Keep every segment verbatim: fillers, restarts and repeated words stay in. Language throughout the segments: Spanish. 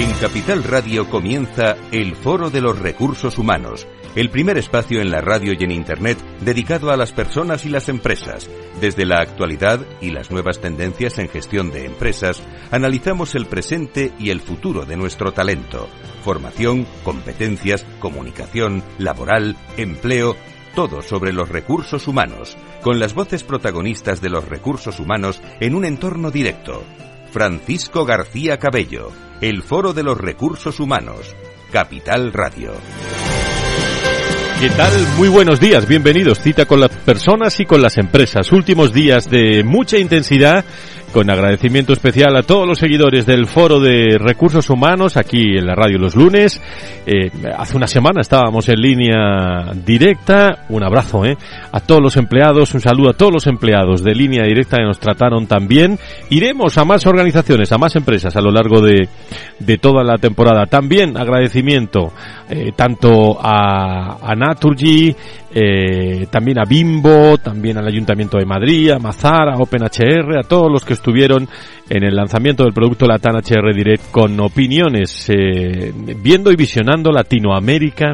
En Capital Radio comienza el Foro de los Recursos Humanos, el primer espacio en la radio y en Internet dedicado a las personas y las empresas. Desde la actualidad y las nuevas tendencias en gestión de empresas, analizamos el presente y el futuro de nuestro talento. Formación, competencias, comunicación, laboral, empleo, todo sobre los recursos humanos, con las voces protagonistas de los recursos humanos en un entorno directo. Francisco García Cabello, el Foro de los Recursos Humanos, Capital Radio. ¿Qué tal? Muy buenos días, bienvenidos. Cita con las personas y con las empresas. Últimos días de mucha intensidad, con agradecimiento especial a todos los seguidores del Foro de Recursos Humanos, aquí en la radio los lunes. Eh, hace una semana estábamos en línea directa. Un abrazo eh, a todos los empleados, un saludo a todos los empleados de línea directa que nos trataron tan bien. Iremos a más organizaciones, a más empresas a lo largo de, de toda la temporada. También agradecimiento eh, tanto a, a Naturgy, eh, también a Bimbo, también al Ayuntamiento de Madrid, a Mazar, a OpenHR, a todos los que estuvieron en el lanzamiento del producto Latam H R Direct con opiniones, eh, viendo y visionando Latinoamérica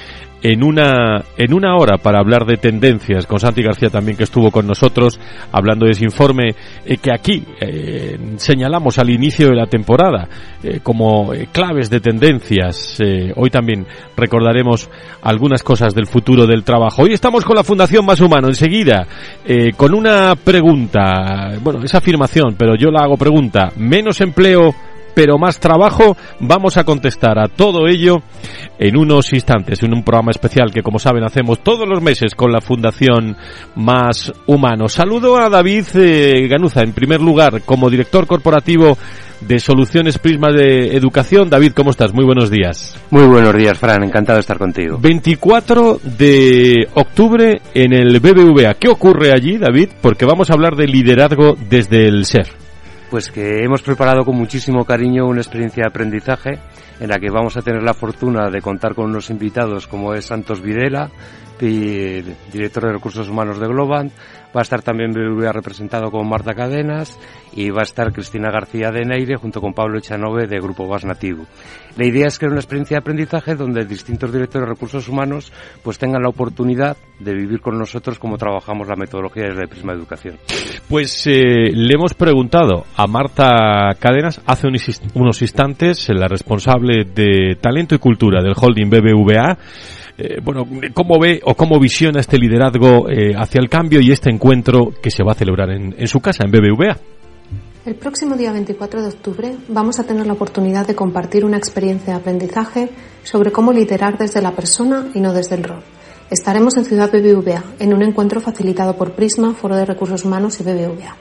en una en una hora para hablar de tendencias, con Santi García también, que estuvo con nosotros hablando de ese informe eh, que aquí eh, señalamos al inicio de la temporada eh, como eh, claves de tendencias. Eh, hoy también recordaremos algunas cosas del futuro del trabajo. Hoy estamos con la Fundación Más Humano, enseguida eh, con una pregunta, bueno, es afirmación, pero yo la hago pregunta: menos empleo pero más trabajo. Vamos a contestar a todo ello en unos instantes, en un programa especial que, como saben, hacemos todos los meses con la Fundación Más Humano. Saludo a David eh, Ganuza, en primer lugar, como director corporativo de Soluciones Prisma de Educación. David, ¿cómo estás? Muy buenos días. Muy buenos días, Fran, encantado de estar contigo. veinticuatro de octubre en el B B V A. ¿Qué ocurre allí, David? Porque vamos a hablar de liderazgo desde el SER. Pues que hemos preparado con muchísimo cariño una experiencia de aprendizaje en la que vamos a tener la fortuna de contar con unos invitados como es Santos Videla, director de Recursos Humanos de Globant. Va a estar también B B V A representado con Marta Cadenas y va a estar Cristina García de Neire junto con Pablo Echanove de Grupo Bas Nativo. La idea es crear una experiencia de aprendizaje donde distintos directores de recursos humanos pues tengan la oportunidad de vivir con nosotros cómo trabajamos la metodología desde Prisma Educación. Pues eh, le hemos preguntado a Marta Cadenas hace unos instantes, la responsable de Talento y Cultura del Holding B B V A, Eh, bueno, cómo ve o cómo visiona este liderazgo eh, hacia el cambio y este encuentro que se va a celebrar en, en su casa, en B B V A. El próximo día veinticuatro de octubre vamos a tener la oportunidad de compartir una experiencia de aprendizaje sobre cómo liderar desde la persona y no desde el rol. Estaremos en Ciudad B B V A, en un encuentro facilitado por Prisma, Foro de Recursos Humanos y B B V A.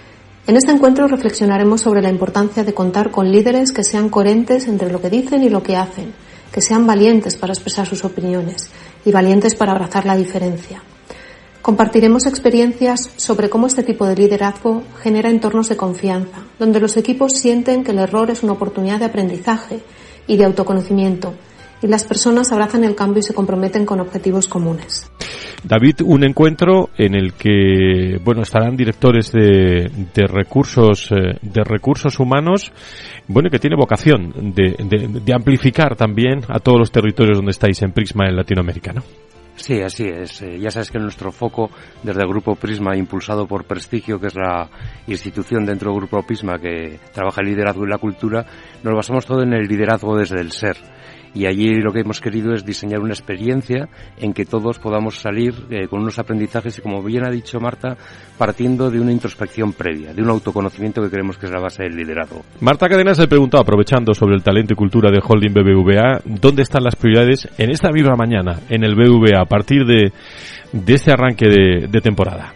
En este encuentro reflexionaremos sobre la importancia de contar con líderes que sean coherentes entre lo que dicen y lo que hacen, que sean valientes para expresar sus opiniones y valientes para abrazar la diferencia. Compartiremos experiencias sobre cómo este tipo de liderazgo genera entornos de confianza, donde los equipos sienten que el error es una oportunidad de aprendizaje y de autoconocimiento, y las personas abrazan el cambio y se comprometen con objetivos comunes. David, un encuentro en el que, bueno, estarán directores de, de recursos, eh, de recursos humanos, bueno, que tiene vocación de, de, de amplificar también a todos los territorios donde estáis en Prisma en Latinoamérica, ¿no? Sí, así es. Eh, ya sabes que nuestro foco, desde el Grupo Prisma, impulsado por Prestigio, que es la institución dentro del Grupo Prisma que trabaja el liderazgo y la cultura, nos basamos todo en el liderazgo desde el SER. Y allí lo que hemos querido es diseñar una experiencia en que todos podamos salir eh, con unos aprendizajes y, como bien ha dicho Marta, partiendo de una introspección previa, de un autoconocimiento que creemos que es la base del liderazgo. Marta Cadenas le preguntó, aprovechando sobre el talento y cultura de Holding B B V A, ¿dónde están las prioridades en esta misma mañana en el B B V A a partir de, de este arranque de, de temporada?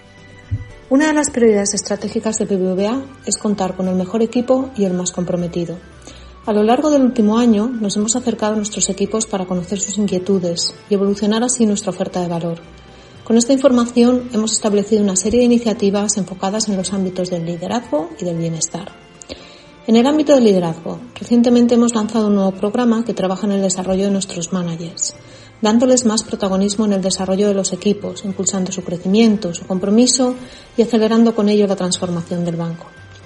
Una de las prioridades estratégicas de B B V A es contar con el mejor equipo y el más comprometido. A lo largo del último año nos hemos acercado a nuestros equipos para conocer sus inquietudes y evolucionar así nuestra oferta de valor. Con esta información hemos establecido una serie de iniciativas enfocadas en los ámbitos del liderazgo y del bienestar. En el ámbito del liderazgo, recientemente hemos lanzado un nuevo programa que trabaja en el desarrollo de nuestros managers, dándoles más protagonismo en el desarrollo de los equipos, impulsando su crecimiento, su compromiso y acelerando con ello la transformación del banco.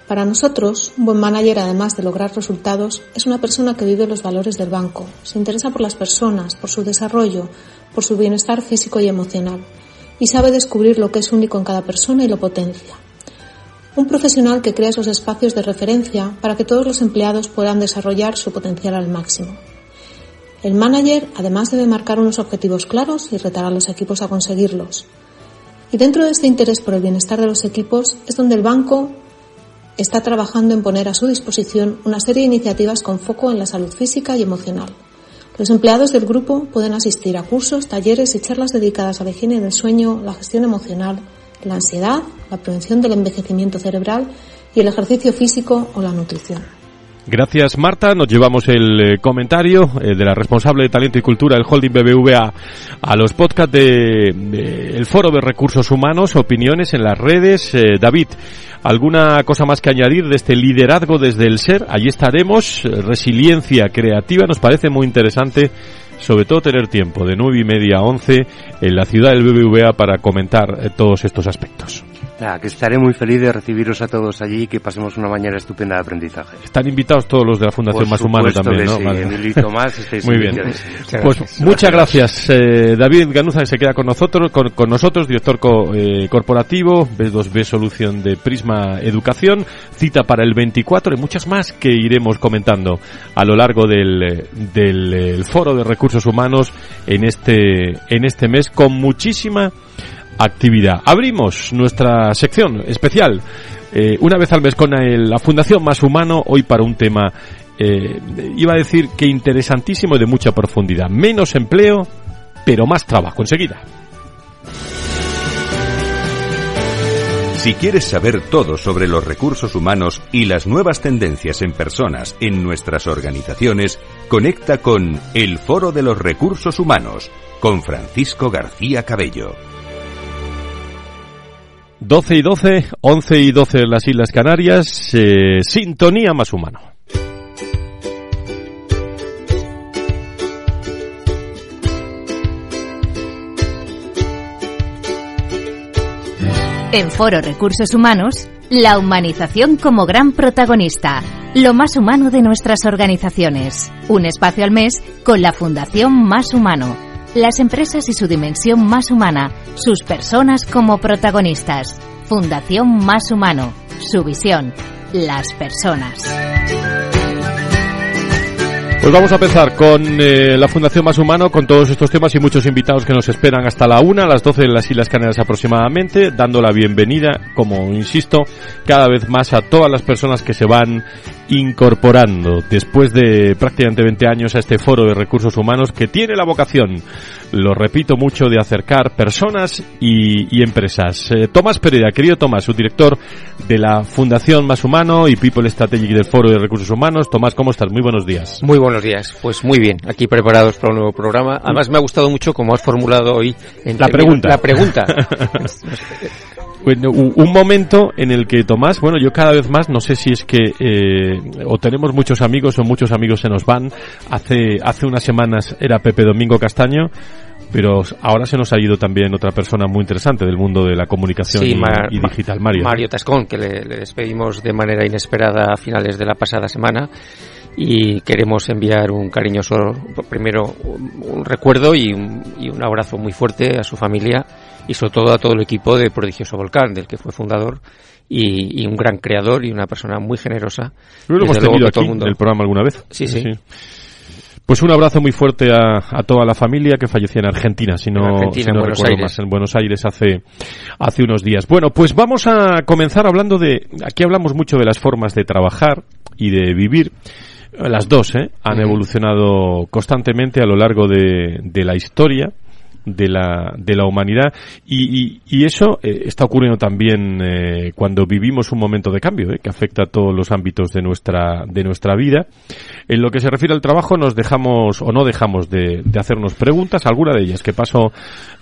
Para nosotros, un buen manager, además de lograr resultados, es una persona que vive los valores del banco, se interesa por las personas, por su desarrollo, por su bienestar físico y emocional, y sabe descubrir lo que es único en cada persona y lo potencia. Un profesional que crea esos espacios de referencia para que todos los empleados puedan desarrollar su potencial al máximo. El manager, además, debe marcar unos objetivos claros y retar a los equipos a conseguirlos. Y dentro de este interés por el bienestar de los equipos es donde el banco está trabajando en poner a su disposición una serie de iniciativas con foco en la salud física y emocional. Los empleados del grupo pueden asistir a cursos, talleres y charlas dedicadas a la higiene del sueño, la gestión emocional, la ansiedad, la prevención del envejecimiento cerebral y el ejercicio físico o la nutrición. Gracias, Marta. Nos llevamos el eh, comentario eh, de la responsable de Talento y Cultura del Holding B B V A a los podcasts de, de el Foro de Recursos Humanos, opiniones en las redes. Eh, David, ¿alguna cosa más que añadir de este liderazgo desde el ser? Allí estaremos. Resiliencia creativa, nos parece muy interesante, sobre todo tener tiempo de nueve y media a once en la ciudad del B B V A para comentar eh, todos estos aspectos. Nada, que estaré muy feliz de recibiros a todos allí y que pasemos una mañana estupenda de aprendizaje. Están invitados todos los de la Fundación Por Más Humano también, ¿no? Sí, Vale. Emilio y Tomás, estáis muy bien. Muchas pues gracias. muchas gracias, eh, David Ganuza, que se queda con nosotros, con, con nosotros, director co, eh, corporativo, B dos B Solución de Prisma Educación, cita para el veinticuatro y muchas más que iremos comentando a lo largo del, del el Foro de Recursos Humanos en este, en este mes, con muchísima actividad. Abrimos nuestra sección especial eh, una vez al mes con el, la Fundación Más Humano, hoy para un tema eh, iba a decir que interesantísimo y de mucha profundidad. Menos empleo, pero más trabajo enseguida. Si quieres saber todo sobre los recursos humanos y las nuevas tendencias en personas en nuestras organizaciones, conecta con el Foro de los Recursos Humanos con Francisco García Cabello. doce y doce, once y doce en las Islas Canarias, eh, sintonía Más Humano. En Foro Recursos Humanos, la humanización como gran protagonista, lo más humano de nuestras organizaciones. Un espacio al mes con la Fundación Más Humano. Las empresas y su dimensión más humana, sus personas como protagonistas. Fundación Más Humano, su visión, las personas. Pues vamos a empezar con eh, la Fundación Más Humano, con todos estos temas y muchos invitados que nos esperan hasta la una, a las doce en las Islas Canarias aproximadamente, dando la bienvenida, como insisto, cada vez más a todas las personas que se van incorporando después de prácticamente veinte años a este Foro de Recursos Humanos que tiene la vocación, lo repito mucho, de acercar personas y, y empresas. Eh, Tomás Pereira, querido Tomás, subdirector de la Fundación Más Humano y People Strategic del Foro de Recursos Humanos. Tomás, ¿cómo estás? Muy buenos días. Muy buenos días. Pues muy bien, aquí preparados para un nuevo programa. Además me ha gustado mucho cómo has formulado hoy en la pregunta. La pregunta. Bueno, un momento en el que, Tomás, bueno, yo cada vez más, no sé si es que eh, o tenemos muchos amigos o muchos amigos se nos van. Hace hace unas semanas era Pepe Domingo Castaño, pero ahora se nos ha ido también otra persona muy interesante del mundo de la comunicación sí, y, Mar, y digital, Mario. Mario Tascón, que le, le despedimos de manera inesperada a finales de la pasada semana. Y queremos enviar un cariñoso, primero, un, un recuerdo y un, y un abrazo muy fuerte a su familia y sobre todo a todo el equipo de Prodigioso Volcán, del que fue fundador y, y un gran creador y una persona muy generosa. Lo hemos Desde tenido luego que aquí todo el mundo... en el programa alguna vez. Sí, sí. sí. Pues un abrazo muy fuerte a, a toda la familia que falleció en Argentina, si no, Argentina, si no en recuerdo más, en Buenos Aires hace, hace unos días. Bueno, pues vamos a comenzar hablando de, aquí hablamos mucho de las formas de trabajar y de vivir. Las dos, ¿eh? Han evolucionado constantemente a lo largo de, de la historia de la de la humanidad y, y, y eso eh, está ocurriendo también eh, cuando vivimos un momento de cambio eh, que afecta a todos los ámbitos de nuestra de nuestra vida. En lo que se refiere al trabajo nos dejamos o no dejamos de, de hacernos preguntas, alguna de ellas que paso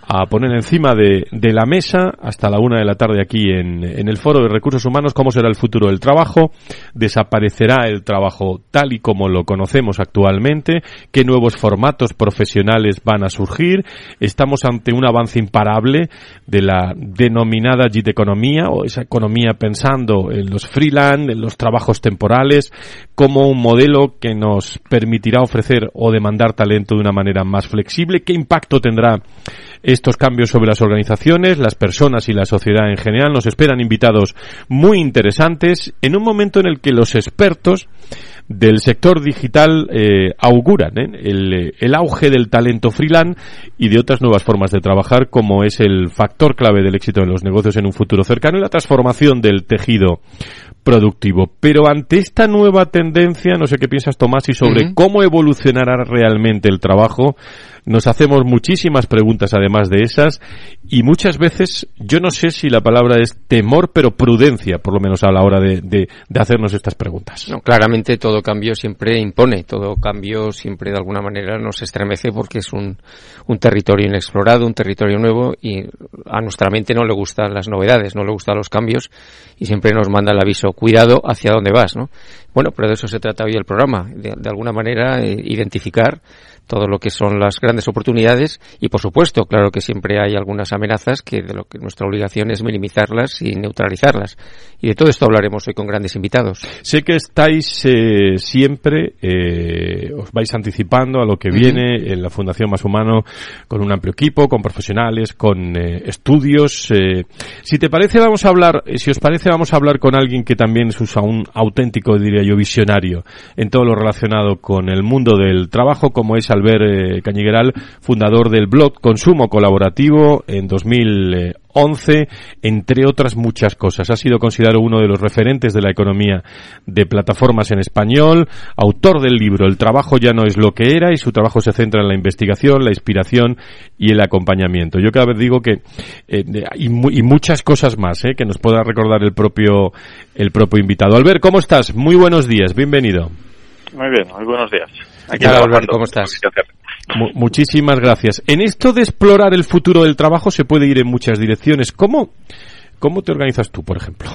a poner encima de, de la mesa hasta la una de la tarde aquí en, en el Foro de Recursos Humanos cómo será el futuro del trabajo, desaparecerá el trabajo tal y como lo conocemos actualmente, qué nuevos formatos profesionales van a surgir. Estamos ante un avance imparable de la denominada gig economía, o esa economía pensando en los freelance, en los trabajos temporales, como un modelo que nos permitirá ofrecer o demandar talento de una manera más flexible. ¿Qué impacto tendrá estos cambios sobre las organizaciones, las personas y la sociedad en general? Nos esperan invitados muy interesantes en un momento en el que los expertos del sector digital eh, auguran ¿eh? el, el auge del talento freelance y de otras nuevas formas de trabajar, como es el factor clave del éxito en los negocios en un futuro cercano y la transformación del tejido productivo. Pero ante esta nueva tendencia, no sé qué piensas, Tomás, y sobre uh-huh. cómo evolucionará realmente el trabajo, nos hacemos muchísimas preguntas además de esas, y muchas veces, yo no sé si la palabra es temor, pero prudencia, por lo menos a la hora de, de, de hacernos estas preguntas. No, claramente todo cambio siempre impone, todo cambio siempre de alguna manera nos estremece porque es un, un territorio inexplorado, un territorio nuevo, y a nuestra mente no le gustan las novedades, no le gustan los cambios, y siempre nos manda el aviso, cuidado hacia dónde vas, ¿no? Bueno, pero de eso se trata hoy el programa, de, de alguna manera eh, identificar todo lo que son las grandes oportunidades y, por supuesto, claro que siempre hay algunas amenazas que de lo que nuestra obligación es minimizarlas y neutralizarlas. Y de todo esto hablaremos hoy con grandes invitados. Sé que estáis eh, siempre, eh, os vais anticipando a lo que viene uh-huh. en la Fundación Más Humano con un amplio equipo, con profesionales, con eh, estudios. Eh. Si te parece, vamos a hablar, si os parece, vamos a hablar con alguien que también es un auténtico, diría yo, visionario en todo lo relacionado con el mundo del trabajo, como es Albert eh, Cañigueral, fundador del blog Consumo Colaborativo en dos mil once, entre otras muchas cosas. Ha sido considerado uno de los referentes de la economía de plataformas en español, autor del libro El trabajo ya no es lo que era, y su trabajo se centra en la investigación, la inspiración y el acompañamiento. Yo cada vez digo que eh, y, y muchas cosas más eh, que nos pueda recordar el propio el propio invitado. Albert, ¿cómo estás? Muy buenos días, bienvenido. Muy bien, muy buenos días. Aquí Hola, Albert, ¿cómo estás? M- muchísimas gracias. En esto de explorar el futuro del trabajo se puede ir en muchas direcciones. ¿Cómo, cómo te organizas tú, por ejemplo?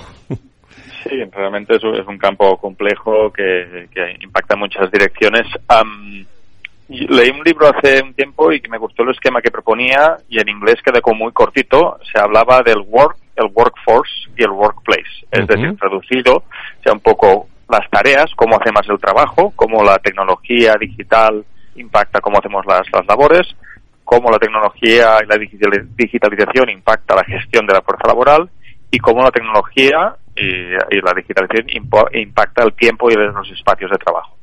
Sí, realmente es, es un campo complejo que, que impacta en muchas direcciones. Um, leí un libro hace un tiempo y que me gustó el esquema que proponía, y en inglés quedó como muy cortito. Se hablaba del work, el workforce y el workplace. Es uh-huh. decir, traducido, sea un poco las tareas, cómo hacemos el trabajo, cómo la tecnología digital impacta cómo hacemos las, las labores, cómo la tecnología y la digitalización impacta la gestión de la fuerza laboral, y cómo la tecnología y, y la digitalización impo, impacta el tiempo y los espacios de trabajo.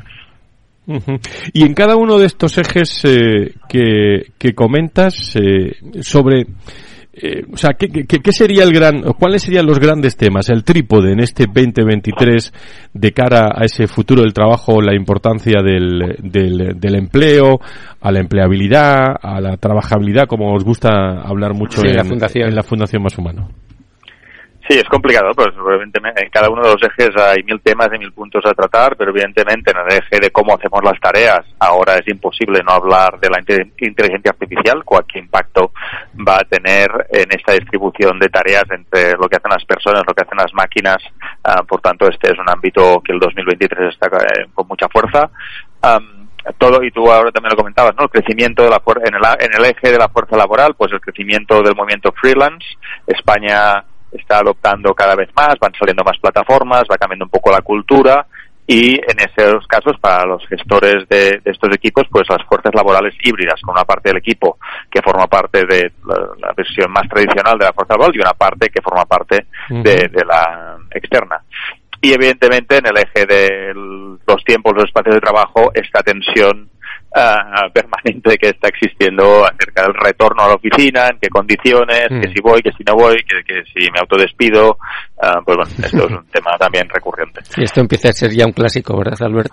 Uh-huh. Y en cada uno de estos ejes eh, que, que comentas eh, sobre Eh, o sea, ¿qué, qué, ¿qué sería el gran, cuáles serían los grandes temas, el trípode en este veinte veintitrés de cara a ese futuro del trabajo, la importancia del, del, del empleo, a la empleabilidad, a la trabajabilidad, como os gusta hablar mucho sí, en, la fundación. en la Fundación Más Humano? Sí, es complicado, pues evidentemente en cada uno de los ejes hay mil temas y mil puntos a tratar, pero evidentemente en el eje de cómo hacemos las tareas, ahora es imposible no hablar de la inteligencia artificial, cualquier impacto va a tener en esta distribución de tareas entre lo que hacen las personas, lo que hacen las máquinas. Uh, por tanto, este es un ámbito que el dos mil veintitrés está eh, con mucha fuerza. Um, todo, y tú ahora también lo comentabas, ¿no? El crecimiento de la fuer- en el, en el eje de la fuerza laboral, pues el crecimiento del movimiento freelance. España está adoptando cada vez más, van saliendo más plataformas, va cambiando un poco la cultura, y en esos casos para los gestores de, de estos equipos, pues las fuerzas laborales híbridas, con una parte del equipo que forma parte de la, la versión más tradicional de la fuerza laboral y una parte que forma parte uh-huh. de, de la externa. Y evidentemente en el eje de los tiempos, los espacios de trabajo, esta tensión Uh, permanente que está existiendo acerca del retorno a la oficina, en qué condiciones, mm. que si voy, que si no voy, que, que si me autodespido, uh, pues bueno, esto es un tema también recurrente. Y esto empieza a ser ya un clásico, ¿verdad, Albert?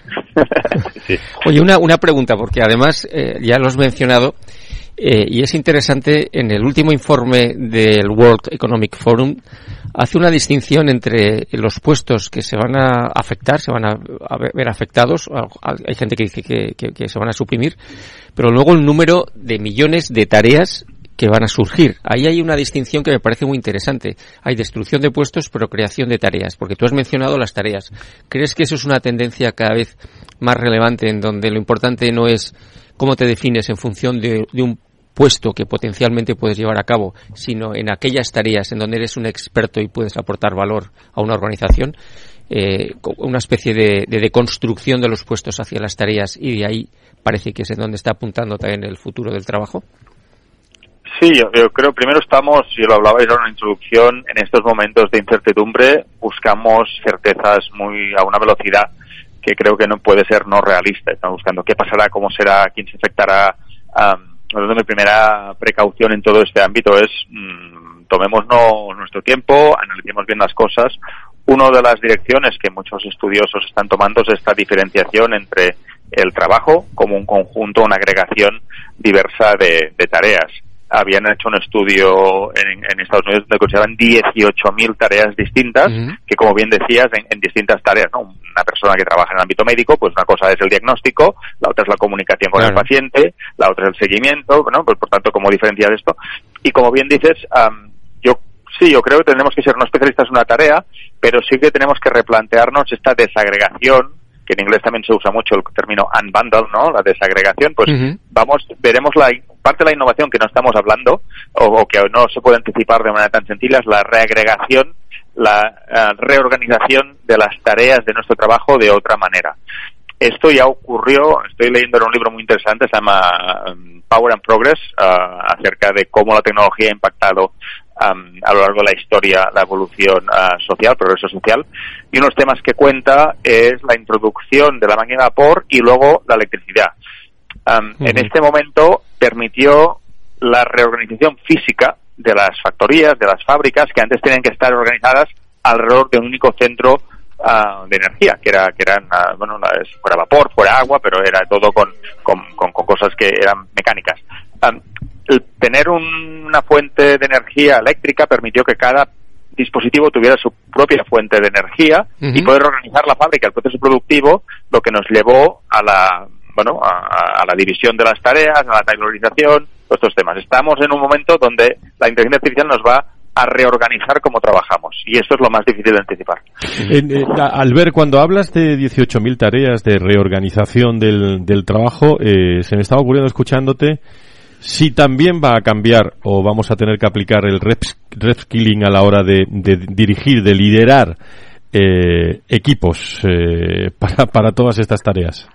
Sí. Oye, una, una pregunta, porque además eh, ya lo has mencionado, eh, y es interesante, en el último informe del World Economic Forum hace una distinción entre los puestos que se van a afectar, se van a, a ver afectados, hay gente que dice que, que, que se van a suprimir, pero luego el número de millones de tareas que van a surgir. Ahí hay una distinción que me parece muy interesante. Hay destrucción de puestos, pero creación de tareas, porque tú has mencionado las tareas. ¿Crees que eso es una tendencia cada vez más relevante, en donde lo importante no es cómo te defines en función de, de un puesto que potencialmente puedes llevar a cabo, sino en aquellas tareas en donde eres un experto y puedes aportar valor a una organización? Eh, una especie de, de deconstrucción de los puestos hacia las tareas, y de ahí parece que es en donde está apuntando también el futuro del trabajo. Sí, yo, yo creo, primero estamos, y lo hablabais en una introducción, en estos momentos de incertidumbre buscamos certezas muy a una velocidad que creo que no puede ser no realista. Estamos buscando qué pasará, cómo será, quién se afectará. Um, mi primera precaución en todo este ámbito es mmm, tomémonos nuestro tiempo, analicemos bien las cosas. Una de las direcciones que muchos estudiosos están tomando es esta diferenciación entre el trabajo como un conjunto, una agregación diversa de, de tareas. Habían hecho un estudio en, en Estados Unidos donde consideraban dieciocho mil tareas distintas, uh-huh. que, como bien decías, en, en distintas tareas, ¿no? Una persona que trabaja en el ámbito médico, pues una cosa es el diagnóstico, la otra es la comunicación con claro. el paciente, la otra es el seguimiento, ¿no? Pues, por tanto, ¿cómo diferenciar esto? Y como bien dices, um, yo sí, yo creo que tenemos que ser no especialistas en una tarea, pero sí que tenemos que replantearnos esta desagregación, que en inglés también se usa mucho el término unbundle, ¿no? La desagregación, pues uh-huh. vamos, veremos la parte de la innovación que no estamos hablando, o, o que no se puede anticipar de manera tan sencilla, es la reagregación, la uh, reorganización de las tareas de nuestro trabajo de otra manera. Esto ya ocurrió, estoy leyendo en un libro muy interesante, se llama um, Power and Progress, uh, acerca de cómo la tecnología ha impactado Um, a lo largo de la historia, la evolución uh, social, progreso social, y unos temas que cuenta es la introducción de la máquina de vapor y luego la electricidad. Um, uh-huh. En este momento permitió la reorganización física de las factorías, de las fábricas, que antes tenían que estar organizadas alrededor de un único centro uh, de energía, que era que eran, uh, bueno, fuera vapor, fuera agua, pero era todo con, con, con, con cosas que eran mecánicas. Um, El tener un, una fuente de energía eléctrica permitió que cada dispositivo tuviera su propia fuente de energía uh-huh. y poder organizar la fábrica, el proceso productivo, lo que nos llevó a la bueno a, a la división de las tareas, a la tailorización, todos estos temas. Estamos en un momento donde la inteligencia artificial nos va a reorganizar cómo trabajamos, y esto es lo más difícil de anticipar. En, eh, Albert, cuando hablas de dieciocho mil tareas de reorganización del, del trabajo, eh, se me estaba ocurriendo escuchándote si también va a cambiar o vamos a tener que aplicar el reskilling a la hora de, de dirigir, de liderar eh, equipos eh, para, para todas estas tareas.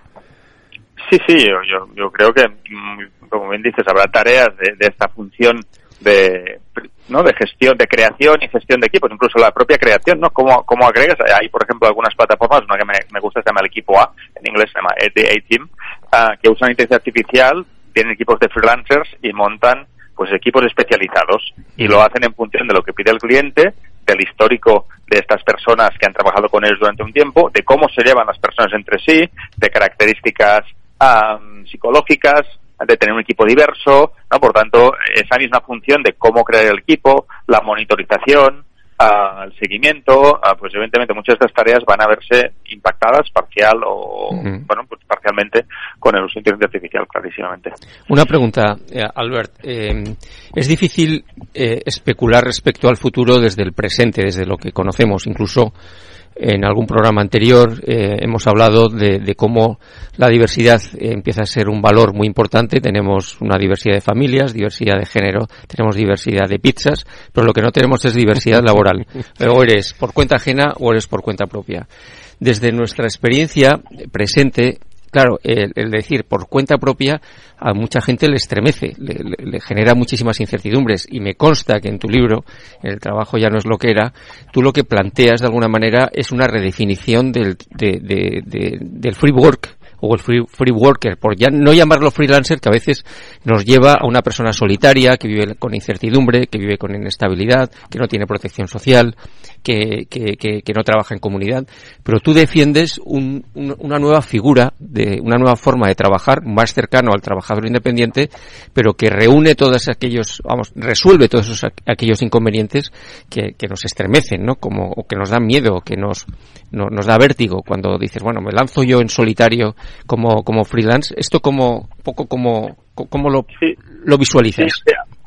Sí, sí, yo, yo, yo creo que, como bien dices, habrá tareas de, de esta función de, ¿no? de gestión, de creación y gestión de equipos, incluso la propia creación, ¿no? ¿Cómo, cómo agregas? Hay, por ejemplo, algunas plataformas, una que me, me gusta se llama el equipo A, en inglés se llama The A-Team, uh, que usan inteligencia artificial, tienen equipos de freelancers y montan pues equipos especializados y lo hacen en función de lo que pide el cliente, del histórico de estas personas que han trabajado con ellos durante un tiempo, de cómo se llevan las personas entre sí, de características um, psicológicas, de tener un equipo diverso, ¿no? Por tanto, esa misma función de cómo crear el equipo, la monitorización, uh, el seguimiento, uh, pues evidentemente muchas de estas tareas van a verse impactadas parcial o, uh-huh. bueno, pues parcialmente con el uso de inteligencia artificial, clarísimamente. Una pregunta, eh, Albert. Eh, es difícil eh, especular respecto al futuro desde el presente, desde lo que conocemos. Incluso en algún programa anterior eh, hemos hablado de, de cómo la diversidad eh, empieza a ser un valor muy importante. Tenemos una diversidad de familias, diversidad de género, tenemos diversidad de pizzas, pero lo que no tenemos es diversidad laboral. O eres por cuenta ajena o eres por cuenta propia. Desde nuestra experiencia presente, claro, el, el decir por cuenta propia a mucha gente le estremece, le, le, le genera muchísimas incertidumbres, y me consta que en tu libro, El trabajo ya no es lo que era, tú lo que planteas de alguna manera es una redefinición del, de, de, de, del free work o el free, free worker, por ya no llamarlo freelancer, que a veces nos lleva a una persona solitaria, que vive con incertidumbre, que vive con inestabilidad, que no tiene protección social, que, que, que, que no trabaja en comunidad. Pero tú defiendes un, un, una nueva figura, de una nueva forma de trabajar, más cercano al trabajador independiente, pero que reúne todos aquellos, vamos, resuelve todos esos, aquellos inconvenientes que, que nos estremecen, ¿no? Como, o que nos dan miedo, o que nos, no, nos da vértigo cuando dices, bueno, me lanzo yo en solitario como como freelance. Esto como poco como como lo, sí. lo visualizas. Sí,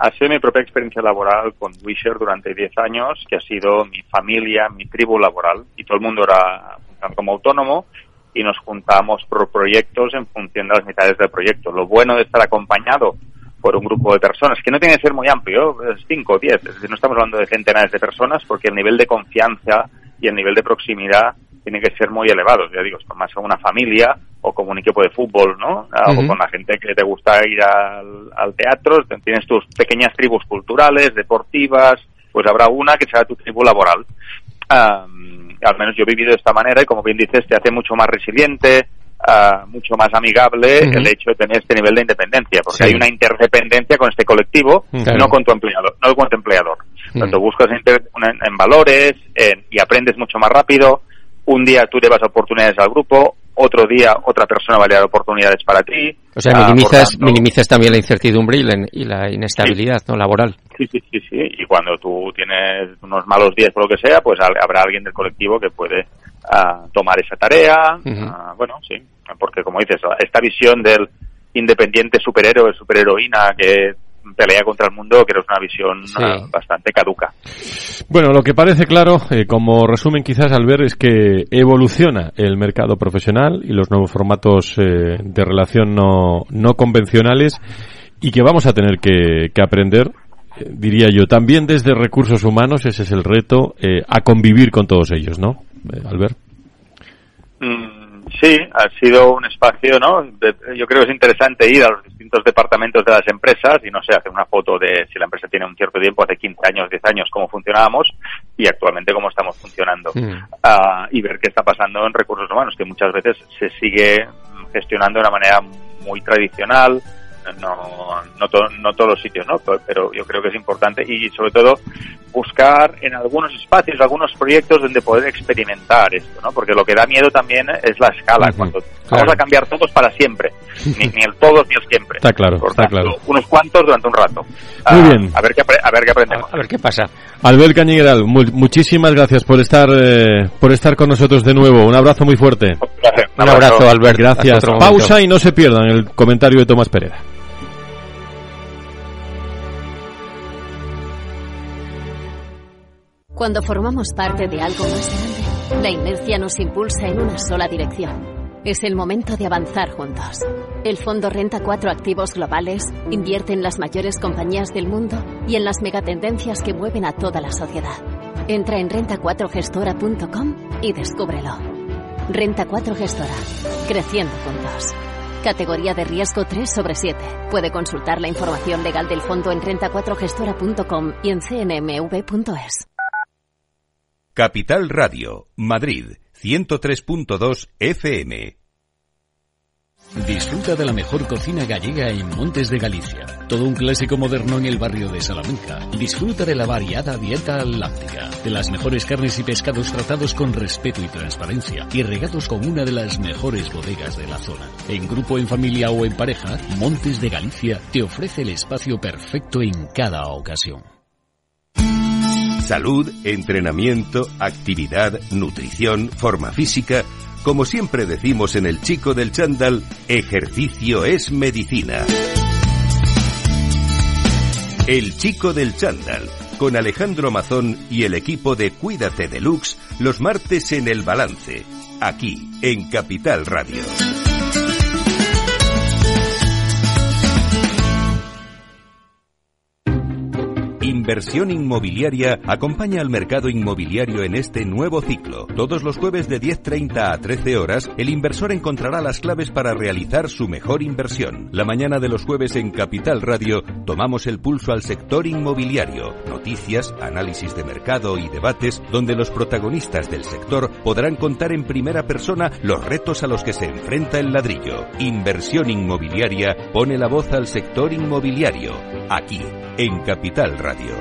ha sido mi propia experiencia laboral con Wisher durante diez años, que ha sido mi familia, mi tribu laboral, y todo el mundo era como autónomo y nos juntamos por proyectos en función de las mitades del proyecto. Lo bueno de estar acompañado por un grupo de personas, que no tiene que ser muy amplio, es cinco o diez, es decir, no estamos hablando de centenares de personas, porque el nivel de confianza y el nivel de proximidad tiene que ser muy elevado. Ya digo, es más como una familia o como un equipo de fútbol, ¿no? Uh-huh. O con la gente que te gusta ir al, al teatro, tienes tus pequeñas tribus culturales, deportivas, pues habrá una que será tu tribu laboral. Um, al menos yo he vivido de esta manera y, como bien dices, te hace mucho más resiliente, uh, mucho más amigable uh-huh. el hecho de tener este nivel de independencia, porque sí. hay una interdependencia con este colectivo, uh-huh. no con tu empleador, no con tu empleador. Uh-huh. Tanto buscas inter- en, en valores en, y aprendes mucho más rápido. Un día tú llevas oportunidades al grupo, otro día otra persona va a dar oportunidades para ti. O sea, minimizas, tanto, minimizas también la incertidumbre y la, y la inestabilidad sí. ¿no? laboral. Sí, sí, sí, sí. Y cuando tú tienes unos malos días por lo que sea, pues habrá alguien del colectivo que puede uh, tomar esa tarea. Uh-huh. Uh, bueno, sí, porque como dices, esta visión del independiente superhéroe, superheroína que pelea contra el mundo, creo que es una visión sí. uh, bastante caduca. Bueno, lo que parece claro, eh, como resumen quizás al ver, es que evoluciona el mercado profesional y los nuevos formatos eh, de relación no, no convencionales, y que vamos a tener que, que aprender, eh, diría yo, también desde recursos humanos, ese es el reto, eh, a convivir con todos ellos, ¿no, eh, Albert? Mm. Sí, ha sido un espacio, ¿no? De, yo creo que es interesante ir a los distintos departamentos de las empresas y, no sé, hacer una foto de si la empresa tiene un cierto tiempo, hace quince años, diez años, cómo funcionábamos y actualmente cómo estamos funcionando. Mm. Uh, y ver qué está pasando en recursos humanos, que muchas veces se sigue gestionando de una manera muy tradicional, no no, to, no todos los sitios, ¿no? Pero yo creo que es importante y, sobre todo, buscar en algunos espacios, algunos proyectos donde poder experimentar esto, ¿no? Porque lo que da miedo también es la escala, uh-huh. cuando claro. vamos a cambiar todos para siempre, ni, ni el todos ni el siempre. Está claro, Por está tanto, claro. Unos cuantos durante un rato. Muy uh, bien. A ver qué a ver qué aprendemos. A, a ver qué pasa. Albert Cañigueral, mu- muchísimas gracias por estar eh, por estar con nosotros de nuevo. Un abrazo muy fuerte. Gracias. Un abrazo, Albert. Gracias. Pausa y no se pierdan el comentario de Tomás Pereda. Cuando formamos parte de algo más grande, la inercia nos impulsa en una sola dirección. Es el momento de avanzar juntos. El Fondo Renta cuatro Activos Globales invierte en las mayores compañías del mundo y en las megatendencias que mueven a toda la sociedad. Entra en renta cuatro gestora punto com y descúbrelo. Renta cuatro Gestora. Creciendo juntos. Categoría de riesgo tres sobre siete. Puede consultar la información legal del fondo en renta cuatro gestora punto com y en c n m v punto es. Capital Radio, Madrid, ciento tres punto dos F M. Disfruta de la mejor cocina gallega en Montes de Galicia. Todo un clásico moderno en el barrio de Salamanca. Disfruta de la variada dieta atlántica, de las mejores carnes y pescados tratados con respeto y transparencia y regados con una de las mejores bodegas de la zona. En grupo, en familia o en pareja, Montes de Galicia te ofrece el espacio perfecto en cada ocasión. Salud, entrenamiento, actividad, nutrición, forma física. Como siempre decimos en El Chico del Chándal, ejercicio es medicina. El Chico del Chándal, con Alejandro Mazón y el equipo de Cuídate Deluxe, los martes en El Balance, aquí, en Capital Radio. Inversión Inmobiliaria acompaña al mercado inmobiliario en este nuevo ciclo. Todos los jueves de diez treinta a trece horas, el inversor encontrará las claves para realizar su mejor inversión. La mañana de los jueves en Capital Radio tomamos el pulso al sector inmobiliario. Noticias, análisis de mercado y debates donde los protagonistas del sector podrán contar en primera persona los retos a los que se enfrenta el ladrillo. Inversión Inmobiliaria pone la voz al sector inmobiliario. Aquí, en Capital Radio.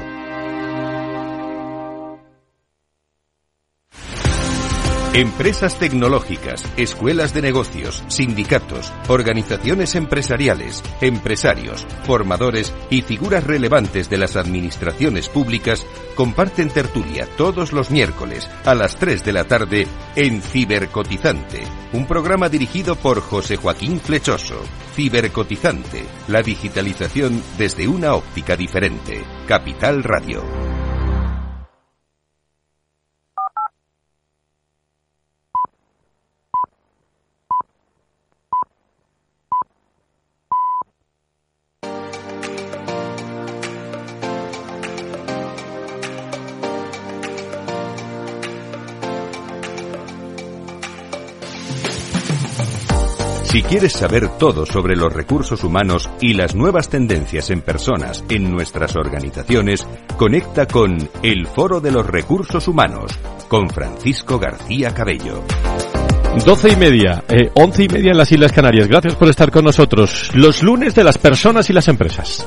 Empresas tecnológicas, escuelas de negocios, sindicatos, organizaciones empresariales, empresarios, formadores y figuras relevantes de las administraciones públicas comparten tertulia todos los miércoles a las tres de la tarde en Cibercotizante, un programa dirigido por José Joaquín Flechoso. Cibercotizante, la digitalización desde una óptica diferente. Capital Radio. Si quieres saber todo sobre los recursos humanos y las nuevas tendencias en personas en nuestras organizaciones, conecta con El Foro de los Recursos Humanos, con Francisco García Cabello. Doce y media, eh, once y media en las Islas Canarias. Gracias por estar con nosotros. Los lunes de las personas y las empresas.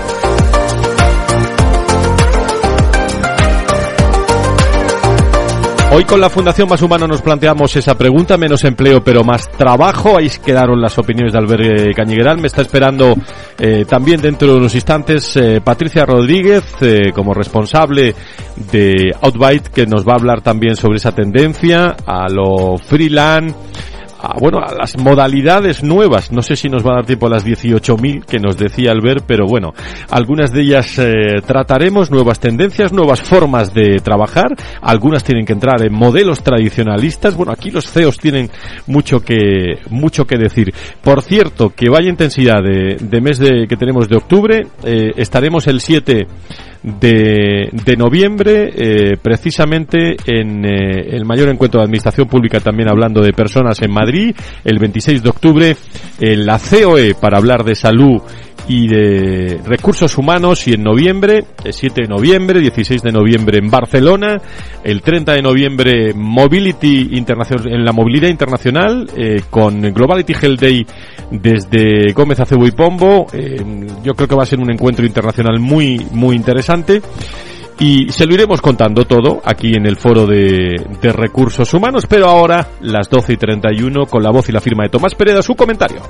Hoy con la Fundación Más Humano nos planteamos esa pregunta: menos empleo pero más trabajo. Ahí quedaron las opiniones de Albert Cañigueral. Me está esperando eh, también dentro de unos instantes eh, Patricia Rodríguez eh, como responsable de Outbyte, que nos va a hablar también sobre esa tendencia a lo freelance, a, bueno, a las modalidades nuevas. No sé si nos va a dar tiempo a las dieciocho mil que nos decía Albert, pero bueno, algunas de ellas eh, trataremos, nuevas tendencias, nuevas formas de trabajar. Algunas tienen que entrar en modelos tradicionalistas. Bueno, aquí los C E Os tienen mucho que mucho que decir. Por cierto, que vaya intensidad de, de mes de que tenemos de octubre. Eh, estaremos el siete de, de noviembre, eh, precisamente en eh, el mayor encuentro de administración pública, también hablando de personas en Madrid. El veintiséis de octubre en la C O E para hablar de salud y de recursos humanos, y en noviembre, el siete de noviembre, dieciséis de noviembre en Barcelona, el treinta de noviembre Mobility Internacional, en la movilidad internacional, eh, con Globality Health Day desde Gómez Acebo y Pombo. Eh, yo creo que va a ser un encuentro internacional muy, muy interesante. Y se lo iremos contando todo aquí en el Foro de, de Recursos Humanos, pero ahora, las doce y treinta y uno, con la voz y la firma de Tomás Pereda, su comentario.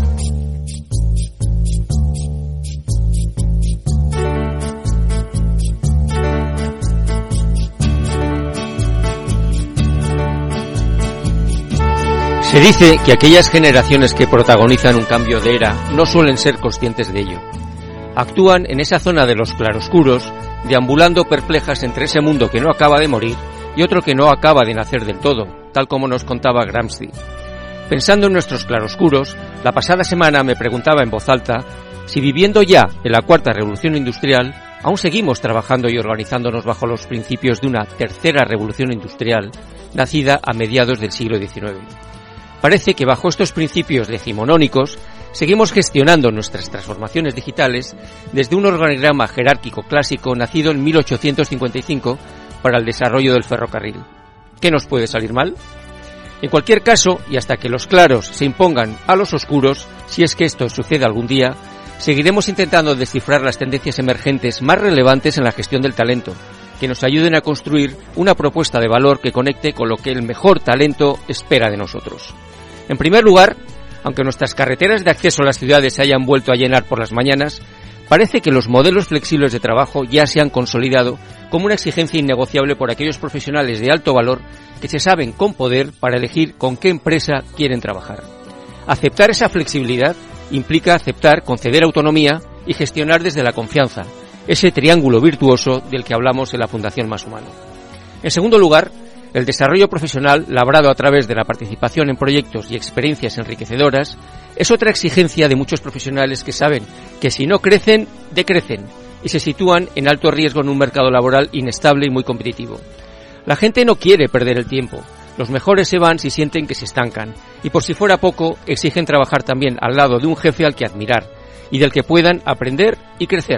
Se dice que aquellas generaciones que protagonizan un cambio de era no suelen ser conscientes de ello. Actúan en esa zona de los claroscuros, deambulando perplejas entre ese mundo que no acaba de morir y otro que no acaba de nacer del todo, tal como nos contaba Gramsci. Pensando en nuestros claroscuros, la pasada semana me preguntaba en voz alta si, viviendo ya en la cuarta revolución industrial, aún seguimos trabajando y organizándonos bajo los principios de una tercera revolución industrial, nacida a mediados del siglo diecinueve. Parece que bajo estos principios decimonónicos seguimos gestionando nuestras transformaciones digitales desde un organigrama jerárquico clásico nacido en mil ochocientos cincuenta y cinco para el desarrollo del ferrocarril. ¿Qué nos puede salir mal? En cualquier caso, y hasta que los claros se impongan a los oscuros, si es que esto sucede algún día, seguiremos intentando descifrar las tendencias emergentes más relevantes en la gestión del talento, que nos ayuden a construir una propuesta de valor que conecte con lo que el mejor talento espera de nosotros. En primer lugar, aunque nuestras carreteras de acceso a las ciudades se hayan vuelto a llenar por las mañanas, parece que los modelos flexibles de trabajo ya se han consolidado como una exigencia innegociable por aquellos profesionales de alto valor que se saben con poder para elegir con qué empresa quieren trabajar. Aceptar esa flexibilidad implica aceptar conceder autonomía y gestionar desde la confianza, ese triángulo virtuoso del que hablamos en la Fundación Más Humano. En segundo lugar, el desarrollo profesional, labrado a través de la participación en proyectos y experiencias enriquecedoras, es otra exigencia de muchos profesionales que saben que si no crecen, decrecen y se sitúan en alto riesgo en un mercado laboral inestable y muy competitivo. La gente no quiere perder el tiempo. Los mejores se van si sienten que se estancan y, por si fuera poco, exigen trabajar también al lado de un jefe al que admirar y del que puedan aprender y crecer.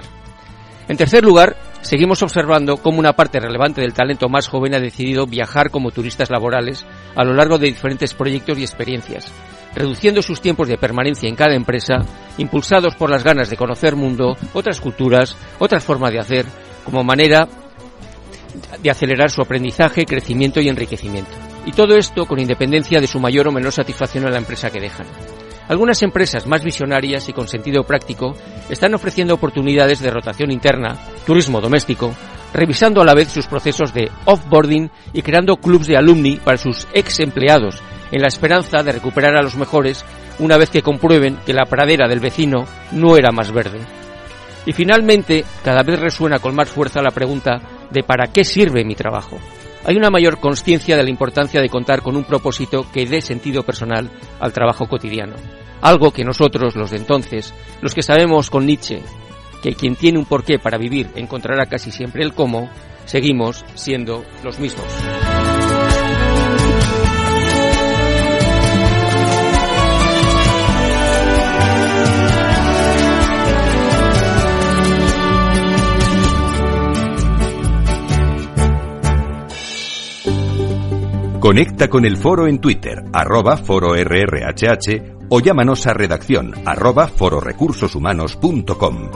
En tercer lugar, seguimos observando cómo una parte relevante del talento más joven ha decidido viajar como turistas laborales a lo largo de diferentes proyectos y experiencias, reduciendo sus tiempos de permanencia en cada empresa, impulsados por las ganas de conocer mundo, otras culturas, otras formas de hacer, como manera de acelerar su aprendizaje, crecimiento y enriquecimiento. Y todo esto con independencia de su mayor o menor satisfacción en la empresa que dejan. Algunas empresas más visionarias y con sentido práctico están ofreciendo oportunidades de rotación interna, turismo doméstico, revisando a la vez sus procesos de offboarding y creando clubs de alumni para sus ex empleados, en la esperanza de recuperar a los mejores una vez que comprueben que la pradera del vecino no era más verde. Y finalmente, cada vez resuena con más fuerza la pregunta de ¿para qué sirve mi trabajo? Hay una mayor consciencia de la importancia de contar con un propósito que dé sentido personal al trabajo cotidiano. Algo que nosotros, los de entonces, los que sabemos con Nietzsche, que quien tiene un porqué para vivir encontrará casi siempre el cómo, seguimos siendo los mismos. Conecta con el foro en Twitter, arroba foro R R H H, o llámanos a redacción, arroba fororecursoshumanos punto com.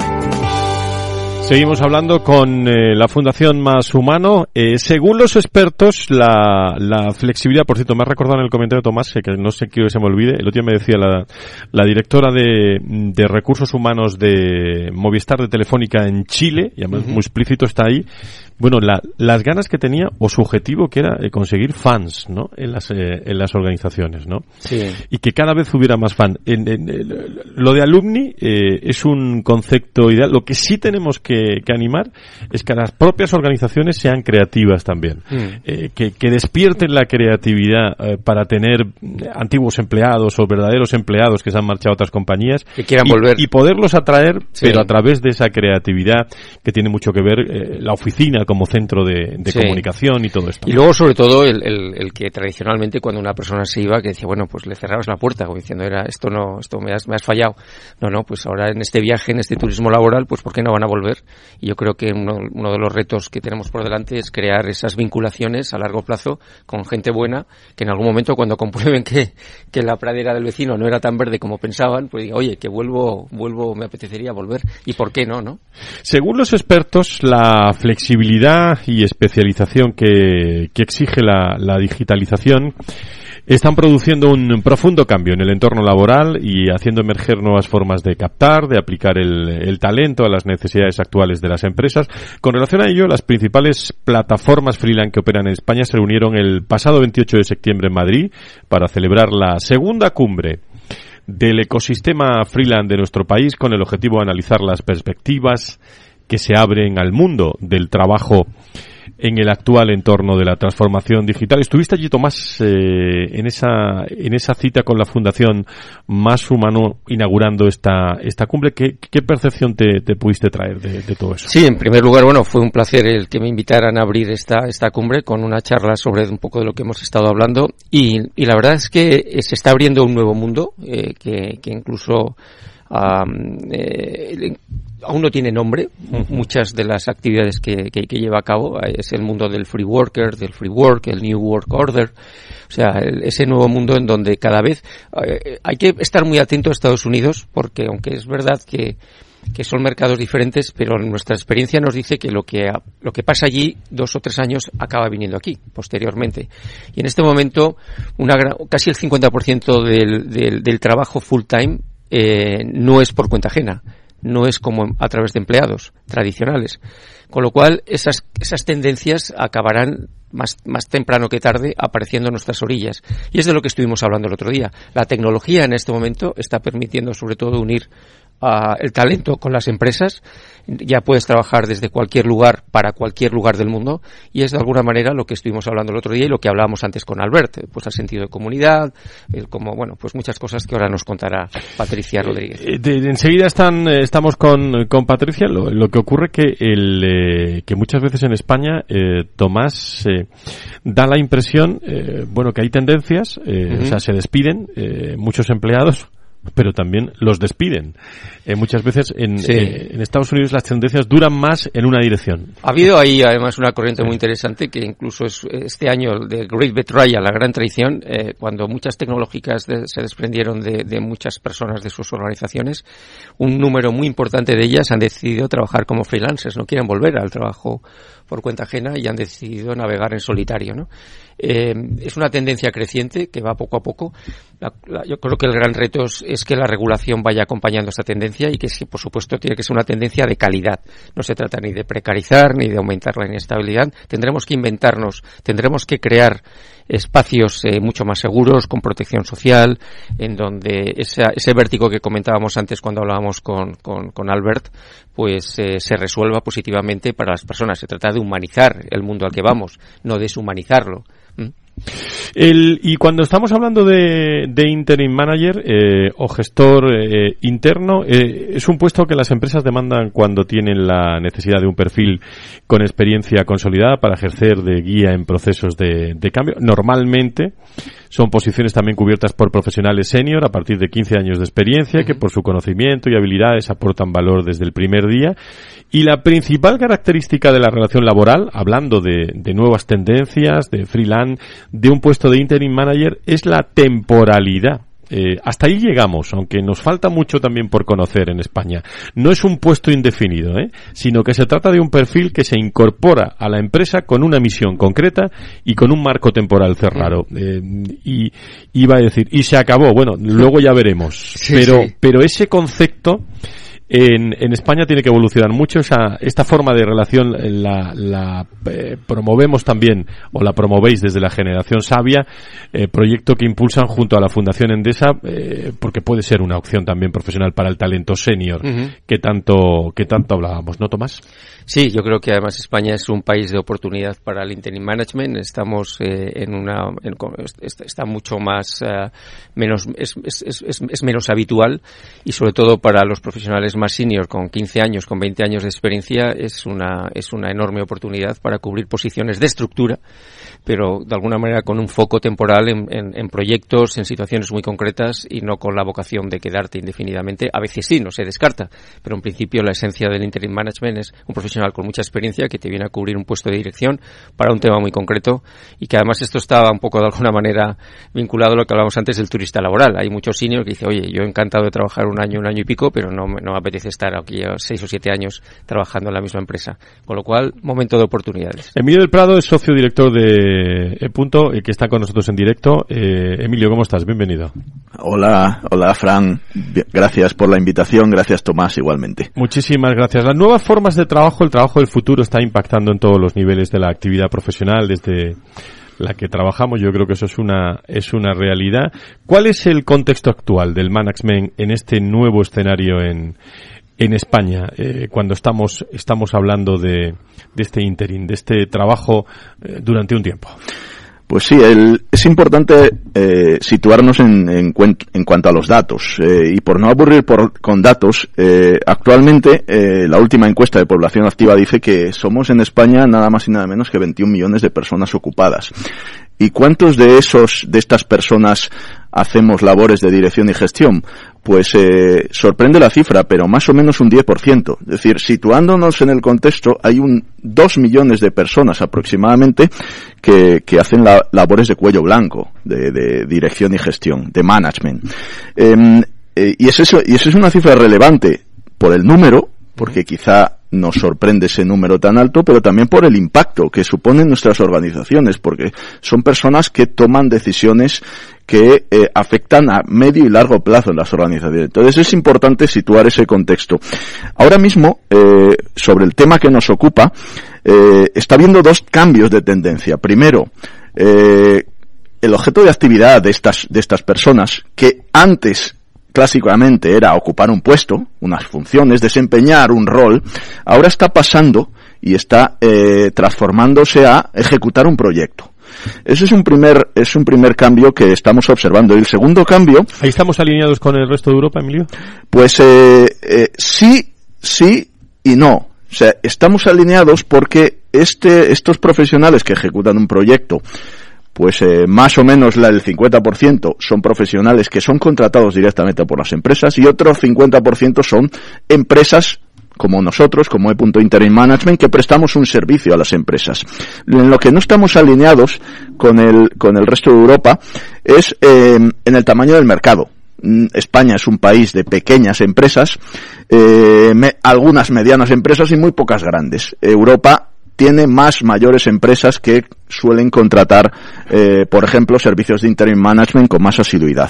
Seguimos hablando con eh, la Fundación Más Humano. Eh, según los expertos, la, la flexibilidad, por cierto, me ha recordado en el comentario Tomás, que, que no sé que se me olvide, el otro día me decía la, la directora de, de Recursos Humanos de Movistar de Telefónica en Chile, y además uh-huh. muy explícito está ahí, bueno, la, las ganas que tenía, o su objetivo, que era eh, conseguir fans, ¿no? En las, eh, en las organizaciones, ¿no? Sí. Y que cada vez hubiera más fans. En, en, en, lo de alumni eh, es un concepto ideal. Lo que sí tenemos que, que animar es que las propias organizaciones sean creativas también. Mm. Eh, que, que despierten la creatividad eh, para tener antiguos empleados o verdaderos empleados que se han marchado a otras compañías. Que quieran y, volver. Y poderlos atraer, sí. pero a través de esa creatividad que tiene mucho que ver eh, la oficina como centro de, de sí. comunicación y todo esto. Y luego, sobre todo, el, el, el que tradicionalmente cuando una persona se iba, que decía, bueno, pues le cerrabas la puerta, como diciendo, era esto no, esto me has, me has fallado. No, no, pues ahora en este viaje, en este turismo laboral, pues ¿por qué no van a volver? Y yo creo que uno, uno de los retos que tenemos por delante es crear esas vinculaciones a largo plazo con gente buena, que en algún momento cuando comprueben que, que la pradera del vecino no era tan verde como pensaban, pues diga, oye, que vuelvo, vuelvo, me apetecería volver. ¿Y por qué no, no? Según los expertos, la flexibilidad y especialización que, que exige la, la digitalización están produciendo un profundo cambio en el entorno laboral y haciendo emerger nuevas formas de captar, de aplicar el, el talento a las necesidades actuales de las empresas. Con relación a ello, las principales plataformas freelance que operan en España se reunieron el pasado veintiocho de septiembre en Madrid para celebrar la segunda cumbre del ecosistema freelance de nuestro país, con el objetivo de analizar las perspectivas que se abren al mundo del trabajo en el actual entorno de la transformación digital. Estuviste allí, Tomás, eh, en esa en esa cita con la Fundación Más Humano inaugurando esta esta cumbre. ¿Qué, qué percepción te, te pudiste traer de, de todo eso? Sí, en primer lugar, bueno, fue un placer el que me invitaran a abrir esta esta cumbre con una charla sobre un poco de lo que hemos estado hablando y, y la verdad es que se está abriendo un nuevo mundo eh, que, que incluso um, eh, aún no tiene nombre. Uh-huh. Muchas de las actividades que, que, que lleva a cabo es el mundo del free worker, del free work, el new work order. O sea, el, ese nuevo mundo en donde cada vez eh, hay que estar muy atento a Estados Unidos, porque aunque es verdad que que son mercados diferentes, pero nuestra experiencia nos dice que lo que lo que pasa allí dos o tres años acaba viniendo aquí posteriormente. Y en este momento una gran, casi el cincuenta por ciento del, del, del trabajo full time eh, no es por cuenta ajena. No es como a través de empleados tradicionales. Con lo cual, esas, esas tendencias acabarán más, más temprano que tarde apareciendo en nuestras orillas. Y es de lo que estuvimos hablando el otro día. La tecnología en este momento está permitiendo sobre todo unir uh, el talento con las empresas. Ya puedes trabajar desde cualquier lugar para cualquier lugar del mundo, y es de alguna manera lo que estuvimos hablando el otro día y lo que hablábamos antes con Albert, pues el sentido de comunidad, el como, bueno, pues muchas cosas que ahora nos contará Patricia Rodríguez. Eh, de, de, enseguida están, estamos con, con Patricia. Lo, lo que ocurre que el, eh, que muchas veces en España, eh, Tomás, eh, da la impresión, eh, bueno, que hay tendencias, eh, uh-huh. o sea, se despiden eh, muchos empleados, pero también los despiden. Eh, muchas veces en, sí. eh, en Estados Unidos las tendencias duran más en una dirección. Ha habido ahí además una corriente sí. muy interesante que incluso es este año de Great Betrayal, la gran traición, eh, cuando muchas tecnológicas de, se desprendieron de, de muchas personas de sus organizaciones, un número muy importante de ellas han decidido trabajar como freelancers, no quieren volver al trabajo por cuenta ajena y han decidido navegar en solitario, ¿no? Eh, es una tendencia creciente que va poco a poco. La, la, yo creo que el gran reto es, es que la regulación vaya acompañando esta tendencia y que, por supuesto, tiene que ser una tendencia de calidad. No se trata ni de precarizar ni de aumentar la inestabilidad. Tendremos que inventarnos, tendremos que crear espacios eh, mucho más seguros, con protección social, en donde esa, ese vértigo que comentábamos antes cuando hablábamos con, con, con Albert, pues eh, se resuelva positivamente para las personas. Se trata de humanizar el mundo al que vamos, no deshumanizarlo. ¿Mm? El, y cuando estamos hablando de, de interim manager eh, o gestor eh, interno, eh, es un puesto que las empresas demandan cuando tienen la necesidad de un perfil con experiencia consolidada para ejercer de guía en procesos de, de cambio. Normalmente son posiciones también cubiertas por profesionales senior a partir de quince años de experiencia, uh-huh. que por su conocimiento y habilidades aportan valor desde el primer día. Y la principal característica de la relación laboral, hablando de, de nuevas tendencias, de freelance, de un puesto de interim manager, es la temporalidad. Eh, hasta ahí llegamos, aunque nos falta mucho también por conocer en España. No es un puesto indefinido, ¿eh? sino que se trata de un perfil que se incorpora a la empresa con una misión concreta y con un marco temporal cerrado. Eh, y iba a decir, y se acabó. Bueno, luego ya veremos. Sí, pero, sí. pero ese concepto En, en España tiene que evolucionar mucho. Esa, esta forma de relación la, la eh, promovemos también, o la promovéis desde la Generación Sabia, eh, proyecto que impulsan junto a la Fundación Endesa, eh, porque puede ser una opción también profesional para el talento senior, uh-huh. que tanto que tanto hablábamos, ¿no, Tomás? Sí, yo creo que además España es un país de oportunidad para el interim management. Estamos eh, en una en, está mucho más uh, menos es, es, es, es menos habitual, y sobre todo para los profesionales más senior con quince años, con veinte años de experiencia, es una es una enorme oportunidad para cubrir posiciones de estructura, pero de alguna manera con un foco temporal en, en, en proyectos, en situaciones muy concretas, y no con la vocación de quedarte indefinidamente. A veces sí, no se descarta, pero en principio la esencia del interim management es un profesional con mucha experiencia que te viene a cubrir un puesto de dirección para un tema muy concreto, y que además esto estaba un poco de alguna manera vinculado a lo que hablábamos antes del turista laboral. Hay muchos seniors que dicen, oye, yo he encantado de trabajar un año, un año y pico, pero no, no me apetece estar aquí seis o siete años trabajando en la misma empresa. Con lo cual, momento de oportunidades. Emilio del Prado es socio director de E. Punto, que está con nosotros en directo. Eh, Emilio, ¿cómo estás? Bienvenido. Hola, hola Fran. Gracias por la invitación. Gracias, Tomás, igualmente. Muchísimas gracias. Las nuevas formas de trabajo, el trabajo del futuro, está impactando en todos los niveles de la actividad profesional desde la que trabajamos. Yo creo que eso es una es una realidad. ¿Cuál es el contexto actual del management en este nuevo escenario en en España, eh, cuando estamos estamos hablando de, de este interim, de este trabajo eh, durante un tiempo? Pues sí, el, es importante eh, situarnos en, en, cuen- en cuanto a los datos. Eh, y por no aburrir por, con datos, eh, actualmente eh, la última encuesta de población activa dice que somos en España nada más y nada menos que veintiún millones de personas ocupadas. ¿Y cuántos de esos, de estas personas hacemos labores de dirección y gestión? Pues eh, sorprende la cifra, pero más o menos un diez por ciento. Es decir, situándonos en el contexto, hay un dos millones de personas aproximadamente que, que hacen la, labores de cuello blanco, de, de dirección y gestión, de management. Eh, eh, y, es eso, y eso es una cifra relevante por el número, porque quizá nos sorprende ese número tan alto, pero también por el impacto que suponen nuestras organizaciones, porque son personas que toman decisiones que eh, afectan a medio y largo plazo en las organizaciones. Entonces es importante situar ese contexto. Ahora mismo, eh, sobre el tema que nos ocupa, eh, está habiendo dos cambios de tendencia. Primero, eh, el objeto de actividad de estas, de estas personas, que antes clásicamente era ocupar un puesto, unas funciones, desempeñar un rol, ahora está pasando y está eh, transformándose a ejecutar un proyecto. Ese es un primer es un primer cambio que estamos observando. Y el segundo cambio... ¿Ahí estamos alineados con el resto de Europa, Emilio? Pues eh, eh, sí, sí y no. O sea, estamos alineados porque este estos profesionales que ejecutan un proyecto, pues eh, más o menos la, el cincuenta por ciento son profesionales que son contratados directamente por las empresas, y otro cincuenta por ciento son empresas como nosotros, como E. Interim Management, que prestamos un servicio a las empresas. En lo que no estamos alineados con el, con el resto de Europa es eh, en el tamaño del mercado. España es un país de pequeñas empresas, eh, me, algunas medianas empresas y muy pocas grandes. Europa tiene más mayores empresas que suelen contratar, eh, por ejemplo, servicios de interim management con más asiduidad.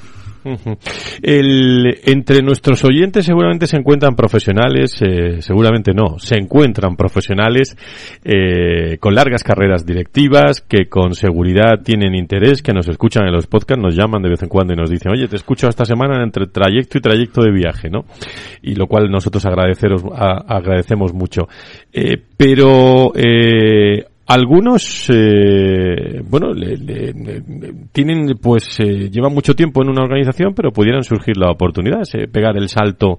El, entre nuestros oyentes seguramente se encuentran profesionales, eh, seguramente no, se encuentran profesionales eh, con largas carreras directivas, que con seguridad tienen interés, que nos escuchan en los podcasts, nos llaman de vez en cuando y nos dicen, oye, te escucho esta semana entre trayecto y trayecto de viaje, ¿no? Y lo cual nosotros agradeceros, a, agradecemos mucho. Eh, pero... Eh, Algunos, eh, bueno, le, le, le, tienen, pues, eh, llevan mucho tiempo en una organización, pero pudieran surgir la oportunidad de pegar el salto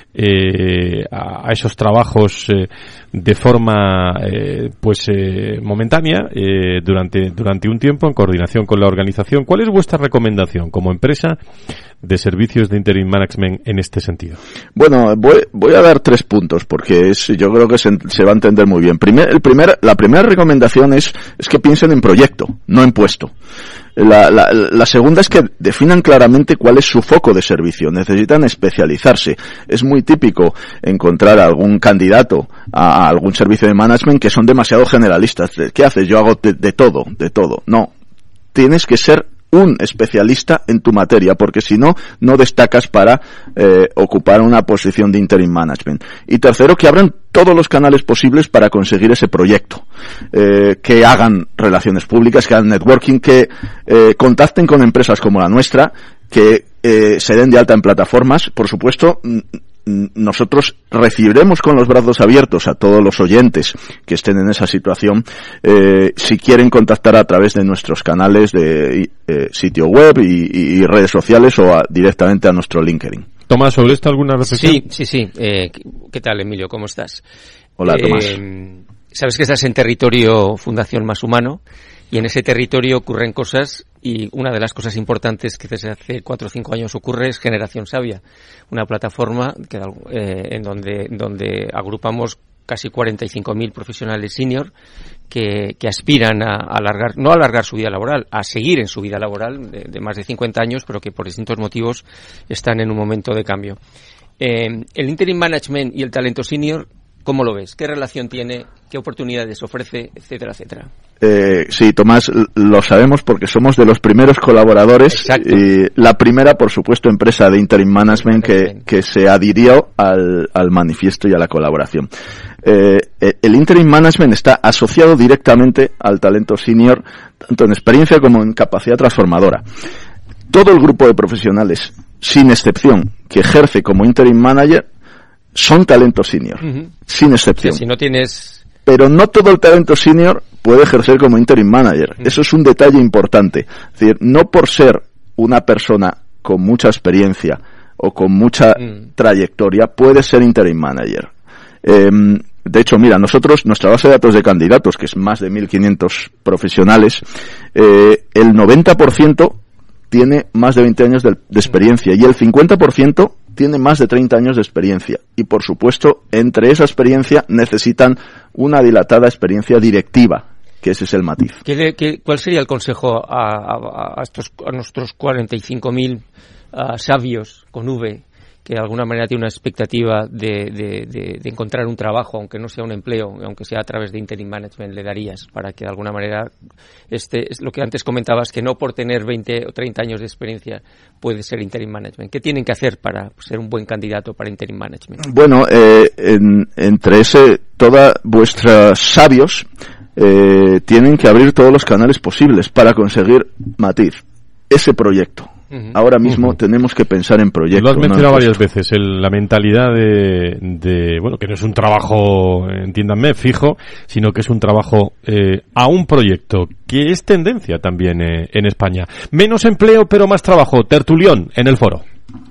eh, a, a esos trabajos eh, de forma, eh, pues, eh, momentánea eh, durante durante un tiempo en coordinación con la organización. ¿Cuál es vuestra recomendación como empresa de servicios de interim management en este sentido? Bueno, voy, voy a dar tres puntos porque es, yo creo que se, se va a entender muy bien. Primer, el primer, la primera recomendación es, es que piensen en proyecto, no en puesto. La, la, la segunda es que definan claramente cuál es su foco de servicio. Necesitan especializarse. Es muy típico encontrar a algún candidato a, a algún servicio de management que son demasiado generalistas. ¿Qué haces? Yo hago de, de todo, de todo. No. Tienes que ser un especialista en tu materia, porque si no, no destacas para eh, ocupar una posición de interim management. Y tercero, que abran todos los canales posibles para conseguir ese proyecto, eh, que hagan relaciones públicas, que hagan networking, que eh, contacten con empresas como la nuestra, que eh, se den de alta en plataformas. Por supuesto, nosotros recibiremos con los brazos abiertos a todos los oyentes que estén en esa situación, eh, si quieren contactar a través de nuestros canales de eh, sitio web y, y redes sociales o a, directamente a nuestro LinkedIn. Tomás, ¿sobre esto alguna reflexión? Sí, sí, sí. Eh, ¿Qué tal, Emilio? ¿Cómo estás? Hola, Tomás. Eh, sabes que estás en territorio Fundación Más Humano y en ese territorio ocurren cosas, y una de las cosas importantes que desde hace cuatro o cinco años ocurre es Generación Sabia, una plataforma que, eh, en donde, donde agrupamos casi cuarenta y cinco mil profesionales senior que, que aspiran a, a alargar, no a alargar su vida laboral, a seguir en su vida laboral de, de más de cincuenta años, pero que por distintos motivos están en un momento de cambio. Eh, el interim management y el talento senior, ¿cómo lo ves? ¿Qué relación tiene? ¿Qué oportunidades ofrece? Etcétera, etcétera. Eh, sí, Tomás, lo sabemos porque somos de los primeros colaboradores. Exacto. Y la primera, por supuesto, empresa de interim management que, que se adhirió al, al manifiesto y a la colaboración. Eh, el interim management está asociado directamente al talento senior, tanto en experiencia como en capacidad transformadora. Todo el grupo de profesionales, sin excepción, que ejerce como interim manager, son talento senior, uh-huh. sin excepción. Si no tienes... Pero no todo el talento senior puede ejercer como interim manager. Uh-huh. Eso es un detalle importante. Es decir, no por ser una persona con mucha experiencia o con mucha uh-huh. trayectoria puede ser interim manager. Eh, de hecho, mira, nosotros, nuestra base de datos de candidatos, que es más de mil quinientos profesionales, eh, el noventa por ciento tiene más de veinte años de, de experiencia y el cincuenta por ciento tiene más de treinta años de experiencia. Y, por supuesto, entre esa experiencia necesitan una dilatada experiencia directiva, que ese es el matiz. ¿Qué, qué, ¿Cuál sería el consejo a, a, a, estos, a nuestros cuarenta y cinco mil uh, sabios con V, que de alguna manera tienen una expectativa de, de, de, de encontrar un trabajo, aunque no sea un empleo, aunque sea a través de interim management, le darías para que de alguna manera, este es lo que antes comentabas, que no por tener veinte o treinta años de experiencia puede ser interim management? ¿Qué tienen que hacer para ser un buen candidato para interim management? Bueno, eh, en, entre ese, todos vuestros sabios eh, tienen que abrir todos los canales posibles para conseguir, matiz, ese proyecto. Uh-huh. Ahora mismo uh-huh. tenemos que pensar en proyectos. Lo has mencionado no varias veces, el, la mentalidad de, de, bueno, que no es un trabajo, entiéndanme, fijo, sino que es un trabajo eh, a un proyecto, que es tendencia también eh, en España. Menos empleo, pero más trabajo. Tertulión en el foro.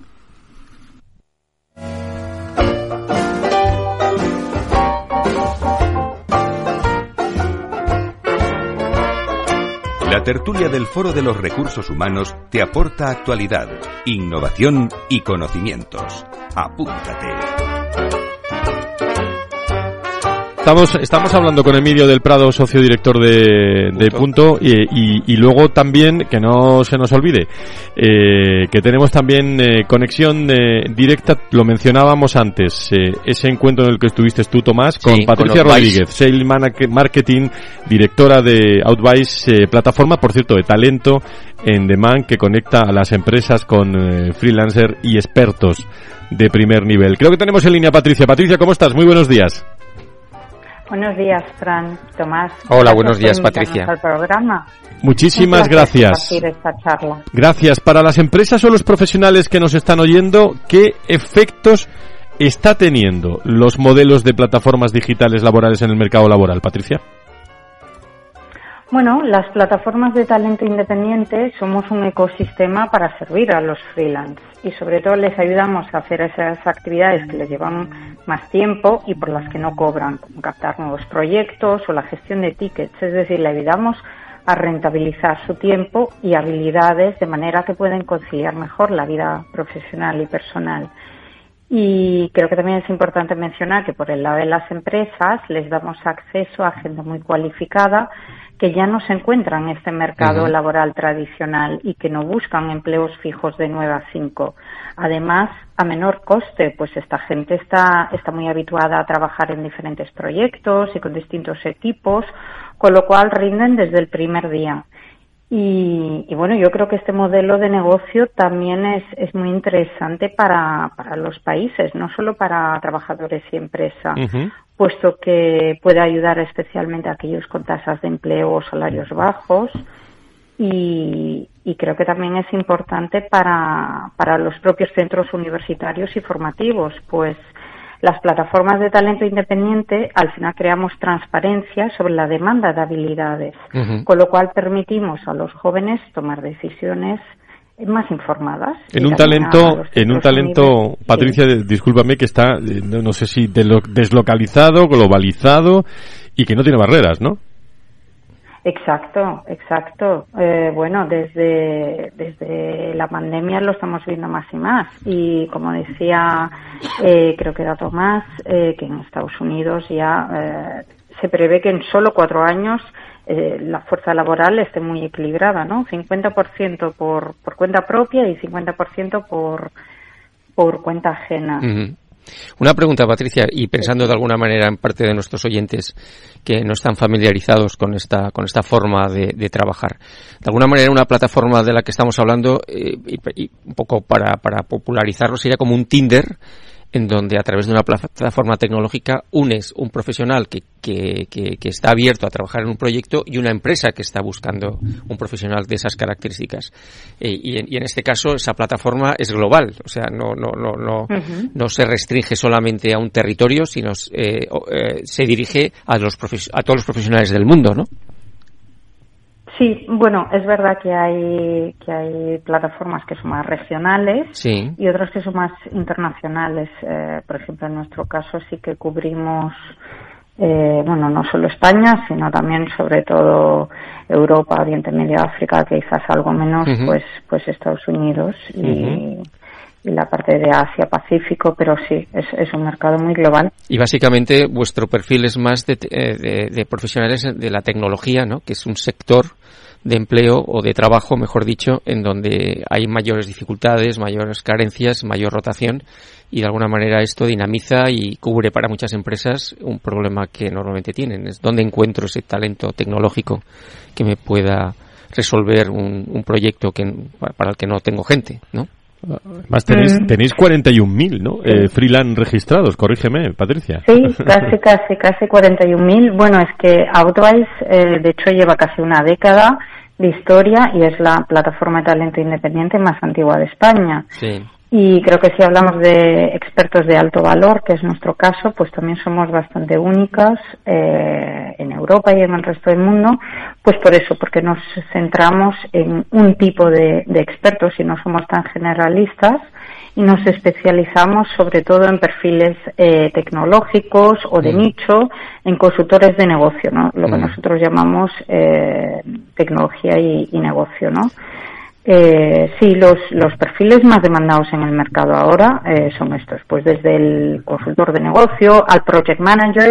La tertulia del Foro de los Recursos Humanos te aporta actualidad, innovación y conocimientos. Apúntate. estamos estamos hablando con Emilio del Prado, socio director de, de Punto, y, y, y luego también, que no se nos olvide, eh, que tenemos también eh, conexión eh, directa, lo mencionábamos antes, eh, ese encuentro en el que estuviste tú, Tomás, con sí, Patricia con Rodríguez, Sales Marketing, directora de Outwise, eh, plataforma, por cierto, de talento en demand que conecta a las empresas con eh, freelancers y expertos de primer nivel. Creo que tenemos en línea a Patricia. Patricia, ¿cómo estás? Muy buenos días. Buenos días, Fran, Tomás. Hola, buenos días, Patricia. Al programa. Muchísimas gracias. Esta charla. Gracias. Para las empresas o los profesionales que nos están oyendo, ¿qué efectos está teniendo los modelos de plataformas digitales laborales en el mercado laboral, Patricia? Bueno, las plataformas de talento independiente somos un ecosistema para servir a los freelance y sobre todo les ayudamos a hacer esas actividades que les llevan más tiempo y por las que no cobran, como captar nuevos proyectos o la gestión de tickets, es decir, le ayudamos a rentabilizar su tiempo y habilidades de manera que pueden conciliar mejor la vida profesional y personal. Y creo que también es importante mencionar que por el lado de las empresas les damos acceso a gente muy cualificada que ya no se encuentran en este mercado uh-huh. laboral tradicional y que no buscan empleos fijos de nueve a cinco. Además, a menor coste, pues esta gente está, está muy habituada a trabajar en diferentes proyectos y con distintos equipos, con lo cual rinden desde el primer día. Y, y bueno, yo creo que este modelo de negocio también es, es muy interesante para, para los países, no solo para trabajadores y empresa, uh-huh. puesto que puede ayudar especialmente a aquellos con tasas de empleo o salarios bajos. Y, y creo que también es importante para, para los propios centros universitarios y formativos, pues las plataformas de talento independiente al final creamos transparencia sobre la demanda de habilidades, uh-huh. con lo cual permitimos a los jóvenes tomar decisiones más informadas. En un talento, en un talento, Patricia, sí. discúlpame, que está, no, no sé si deslocalizado, globalizado y que no tiene barreras, ¿no? Exacto, exacto. Eh, bueno, desde desde la pandemia lo estamos viendo más y más. Y como decía, eh, creo que era Tomás, eh, que en Estados Unidos ya eh, se prevé que en solo cuatro años eh, la fuerza laboral esté muy equilibrada, ¿no? cincuenta por ciento por, por cuenta propia y cincuenta por ciento por, por cuenta ajena. Uh-huh. Una pregunta, Patricia, y pensando de alguna manera en parte de nuestros oyentes que no están familiarizados con esta con esta forma de, de trabajar. De alguna manera, una plataforma de la que estamos hablando, eh, y, y un poco para, para popularizarlo, sería como un Tinder, en donde a través de una plataforma tecnológica unes un profesional que, que, que, que está abierto a trabajar en un proyecto y una empresa que está buscando un profesional de esas características. Eh, y, en, y en este caso esa plataforma es global, o sea, no no no no, uh-huh. no se restringe solamente a un territorio, sino eh, eh, se dirige a los profes- a todos los profesionales del mundo, ¿no? Sí, bueno, es verdad que hay que hay plataformas que son más regionales sí. y otras que son más internacionales. Eh, por ejemplo, en nuestro caso sí que cubrimos, eh, bueno, no solo España, sino también, sobre todo, Europa, Oriente Medio, África, que quizás algo menos, uh-huh. pues pues Estados Unidos y, uh-huh. y la parte de Asia, Pacífico, pero sí, es, es un mercado muy global. Y básicamente vuestro perfil es más de, de, de profesionales de la tecnología, ¿no? Que es un sector de empleo o de trabajo, mejor dicho, en donde hay mayores dificultades, mayores carencias, mayor rotación, y de alguna manera esto dinamiza y cubre para muchas empresas un problema que normalmente tienen. Es dónde encuentro ese talento tecnológico que me pueda resolver un, un proyecto que para el que no tengo gente, ¿no? Además tenéis, tenéis cuarenta y un mil, ¿no? Sí. Eh, freelance registrados, corrígeme, Patricia. Sí, casi, casi, casi cuarenta y un mil. Bueno, es que Outwise, eh, de hecho, lleva casi una década de historia y es la plataforma de talento independiente más antigua de España. Sí. Y creo que si hablamos de expertos de alto valor, que es nuestro caso, pues también somos bastante únicas eh, en Europa y en el resto del mundo, pues por eso, porque nos centramos en un tipo de, de expertos y no somos tan generalistas y nos especializamos sobre todo en perfiles eh, tecnológicos o de mm. nicho, en consultores de negocio, ¿no? Lo que mm. nosotros llamamos eh, tecnología y, y negocio, ¿no? Eh, sí, los, los perfiles más demandados en el mercado ahora eh, son estos, pues desde el consultor de negocio al project manager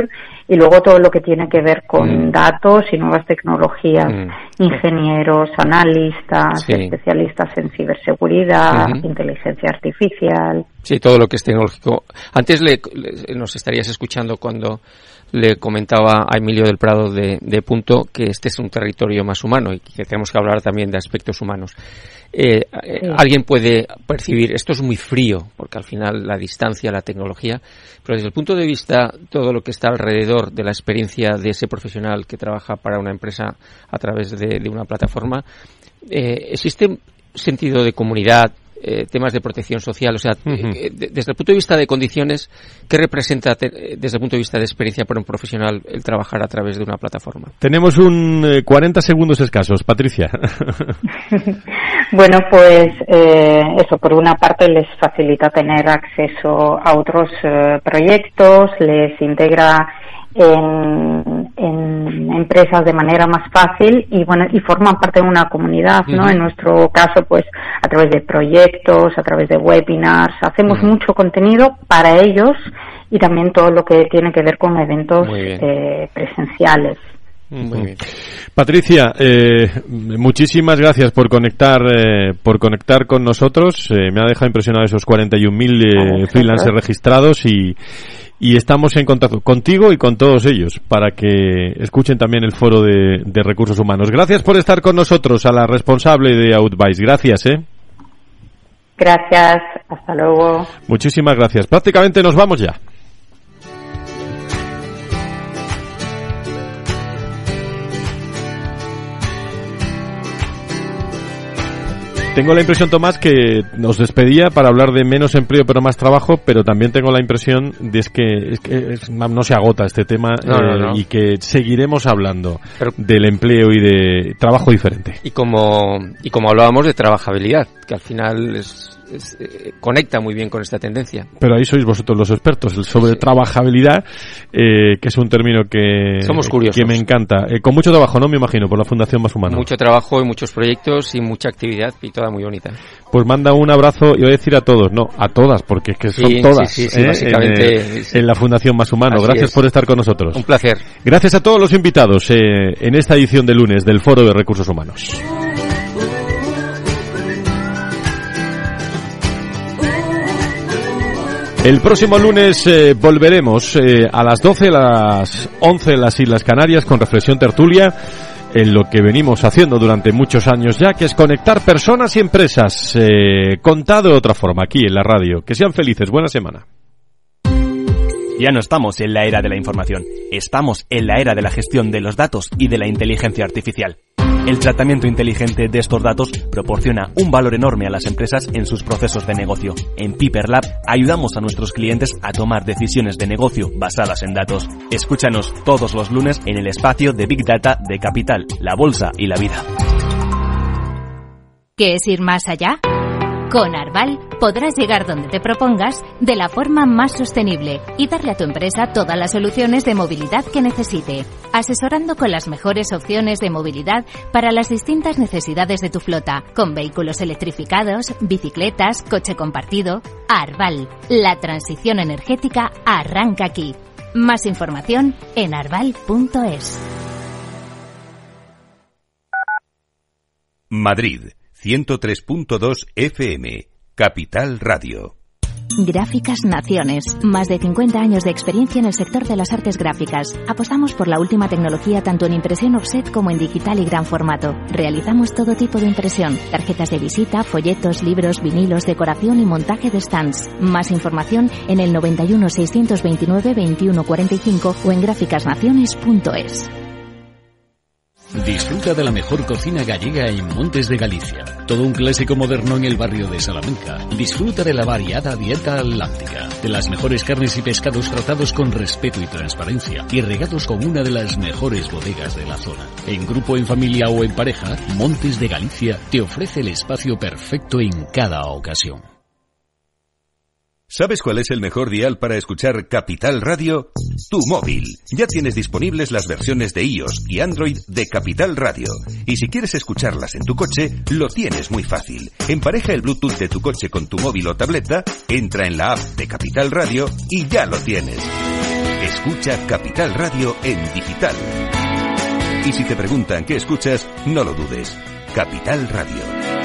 y luego todo lo que tiene que ver con mm. datos y nuevas tecnologías, mm. ingenieros, analistas, sí. especialistas en ciberseguridad, uh-huh. inteligencia artificial. Sí, todo lo que es tecnológico. Antes le, le, nos estarías escuchando cuando le comentaba a Emilio del Prado de, de Punto que este es un territorio más humano y que tenemos que hablar también de aspectos humanos. Eh, sí. Alguien puede percibir, esto es muy frío, porque al final la distancia, la tecnología, pero desde el punto de vista, todo lo que está alrededor de la experiencia de ese profesional que trabaja para una empresa a través de, de una plataforma, eh, ¿existe sentido de comunidad? Eh, temas de protección social, o sea, uh-huh. eh, de, desde el punto de vista de condiciones, ¿qué representa te, desde el punto de vista de experiencia para un profesional el trabajar a través de una plataforma? Tenemos un eh, cuarenta segundos escasos, Patricia. Bueno, pues eh, eso, por una parte les facilita tener acceso a otros eh, proyectos, les integra En, en empresas de manera más fácil y bueno y forman parte de una comunidad, ¿no? Uh-huh. En nuestro caso, pues a través de proyectos, a través de webinars, hacemos uh-huh. mucho contenido para ellos y también todo lo que tiene que ver con eventos eh, presenciales. Muy bien. Patricia, eh, muchísimas gracias por conectar eh, por conectar con nosotros. Eh, me ha dejado impresionado esos cuarenta y un mil eh, freelancers registrados y Y estamos en contacto contigo y con todos ellos para que escuchen también el foro de, de recursos humanos. Gracias por estar con nosotros, a la responsable de Outvice. Gracias, ¿eh? Gracias, hasta luego. Muchísimas gracias. Prácticamente nos vamos ya. Tengo la impresión, Tomás, que nos despedía para hablar de menos empleo pero más trabajo, pero también tengo la impresión de es que, es que es, no se agota este tema no, eh, no, no. y que seguiremos hablando pero, del empleo y de trabajo diferente. Y como y como hablábamos de trabajabilidad, que al final es, es, eh, conecta muy bien con esta tendencia. Pero ahí sois vosotros los expertos, el sobre sí. trabajabilidad, eh, que es un término que, Somos curiosos. que me encanta. Eh, con mucho trabajo, ¿no? Me imagino, por la Fundación Más Humano. Mucho trabajo y muchos proyectos y mucha actividad y toda muy bonita. Pues manda un abrazo, iba a decir a todos, no, a todas, porque es que son sí, todas sí, sí, sí, ¿eh? básicamente, en, sí. en la Fundación Más Humano. Así Gracias es. por estar con nosotros. Un placer. Gracias a todos los invitados eh, en esta edición de lunes del Foro de Recursos Humanos. El próximo lunes eh, volveremos eh, a las doce, a las once en las Islas Canarias con Reflexión Tertulia, en lo que venimos haciendo durante muchos años ya, que es conectar personas y empresas, eh, contado de otra forma, aquí en la radio. Que sean felices, buena semana. Ya no estamos en la era de la información, estamos en la era de la gestión de los datos y de la inteligencia artificial. El tratamiento inteligente de estos datos proporciona un valor enorme a las empresas en sus procesos de negocio. En Piper Lab ayudamos a nuestros clientes a tomar decisiones de negocio basadas en datos. Escúchanos todos los lunes en el espacio de Big Data de Capital, la Bolsa y la Vida. ¿Qué es ir más allá? Con Arval podrás llegar donde te propongas de la forma más sostenible y darle a tu empresa todas las soluciones de movilidad que necesite, asesorando con las mejores opciones de movilidad para las distintas necesidades de tu flota, con vehículos electrificados, bicicletas, coche compartido. Arval, la transición energética arranca aquí. Más información en arval punto es. Madrid, ciento tres punto dos F M, Capital Radio. Gráficas Naciones. Más de cincuenta años de experiencia en el sector de las artes gráficas. Apostamos por la última tecnología tanto en impresión offset como en digital y gran formato. Realizamos todo tipo de impresión. Tarjetas de visita, folletos, libros, vinilos, decoración y montaje de stands. Más información en el noventa y uno, seiscientos veintinueve, veintiuno cuarenta y cinco o en gráficas naciones punto es. Disfruta de la mejor cocina gallega en Montes de Galicia. Todo un clásico moderno en el barrio de Salamanca. Disfruta de la variada dieta atlántica, de las mejores carnes y pescados tratados con respeto y transparencia y regados con una de las mejores bodegas de la zona. En grupo, en familia o en pareja, Montes de Galicia te ofrece el espacio perfecto en cada ocasión. ¿Sabes cuál es el mejor dial para escuchar Capital Radio? Tu móvil. Ya tienes disponibles las versiones de iOS y Android de Capital Radio. Y si quieres escucharlas en tu coche, lo tienes muy fácil. Empareja el Bluetooth de tu coche con tu móvil o tableta, entra en la app de Capital Radio y ya lo tienes. Escucha Capital Radio en digital. Y si te preguntan qué escuchas, no lo dudes. Capital Radio.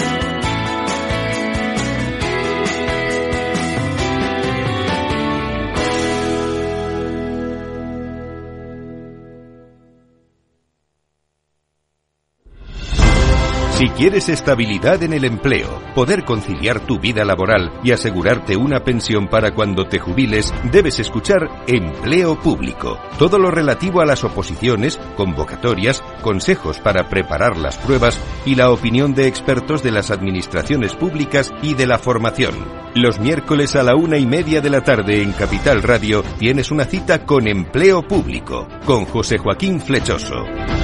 Si quieres estabilidad en el empleo, poder conciliar tu vida laboral y asegurarte una pensión para cuando te jubiles, debes escuchar Empleo Público. Todo lo relativo a las oposiciones, convocatorias, consejos para preparar las pruebas y la opinión de expertos de las administraciones públicas y de la formación. Los miércoles a la una y media de la tarde en Capital Radio tienes una cita con Empleo Público, con José Joaquín Flechoso.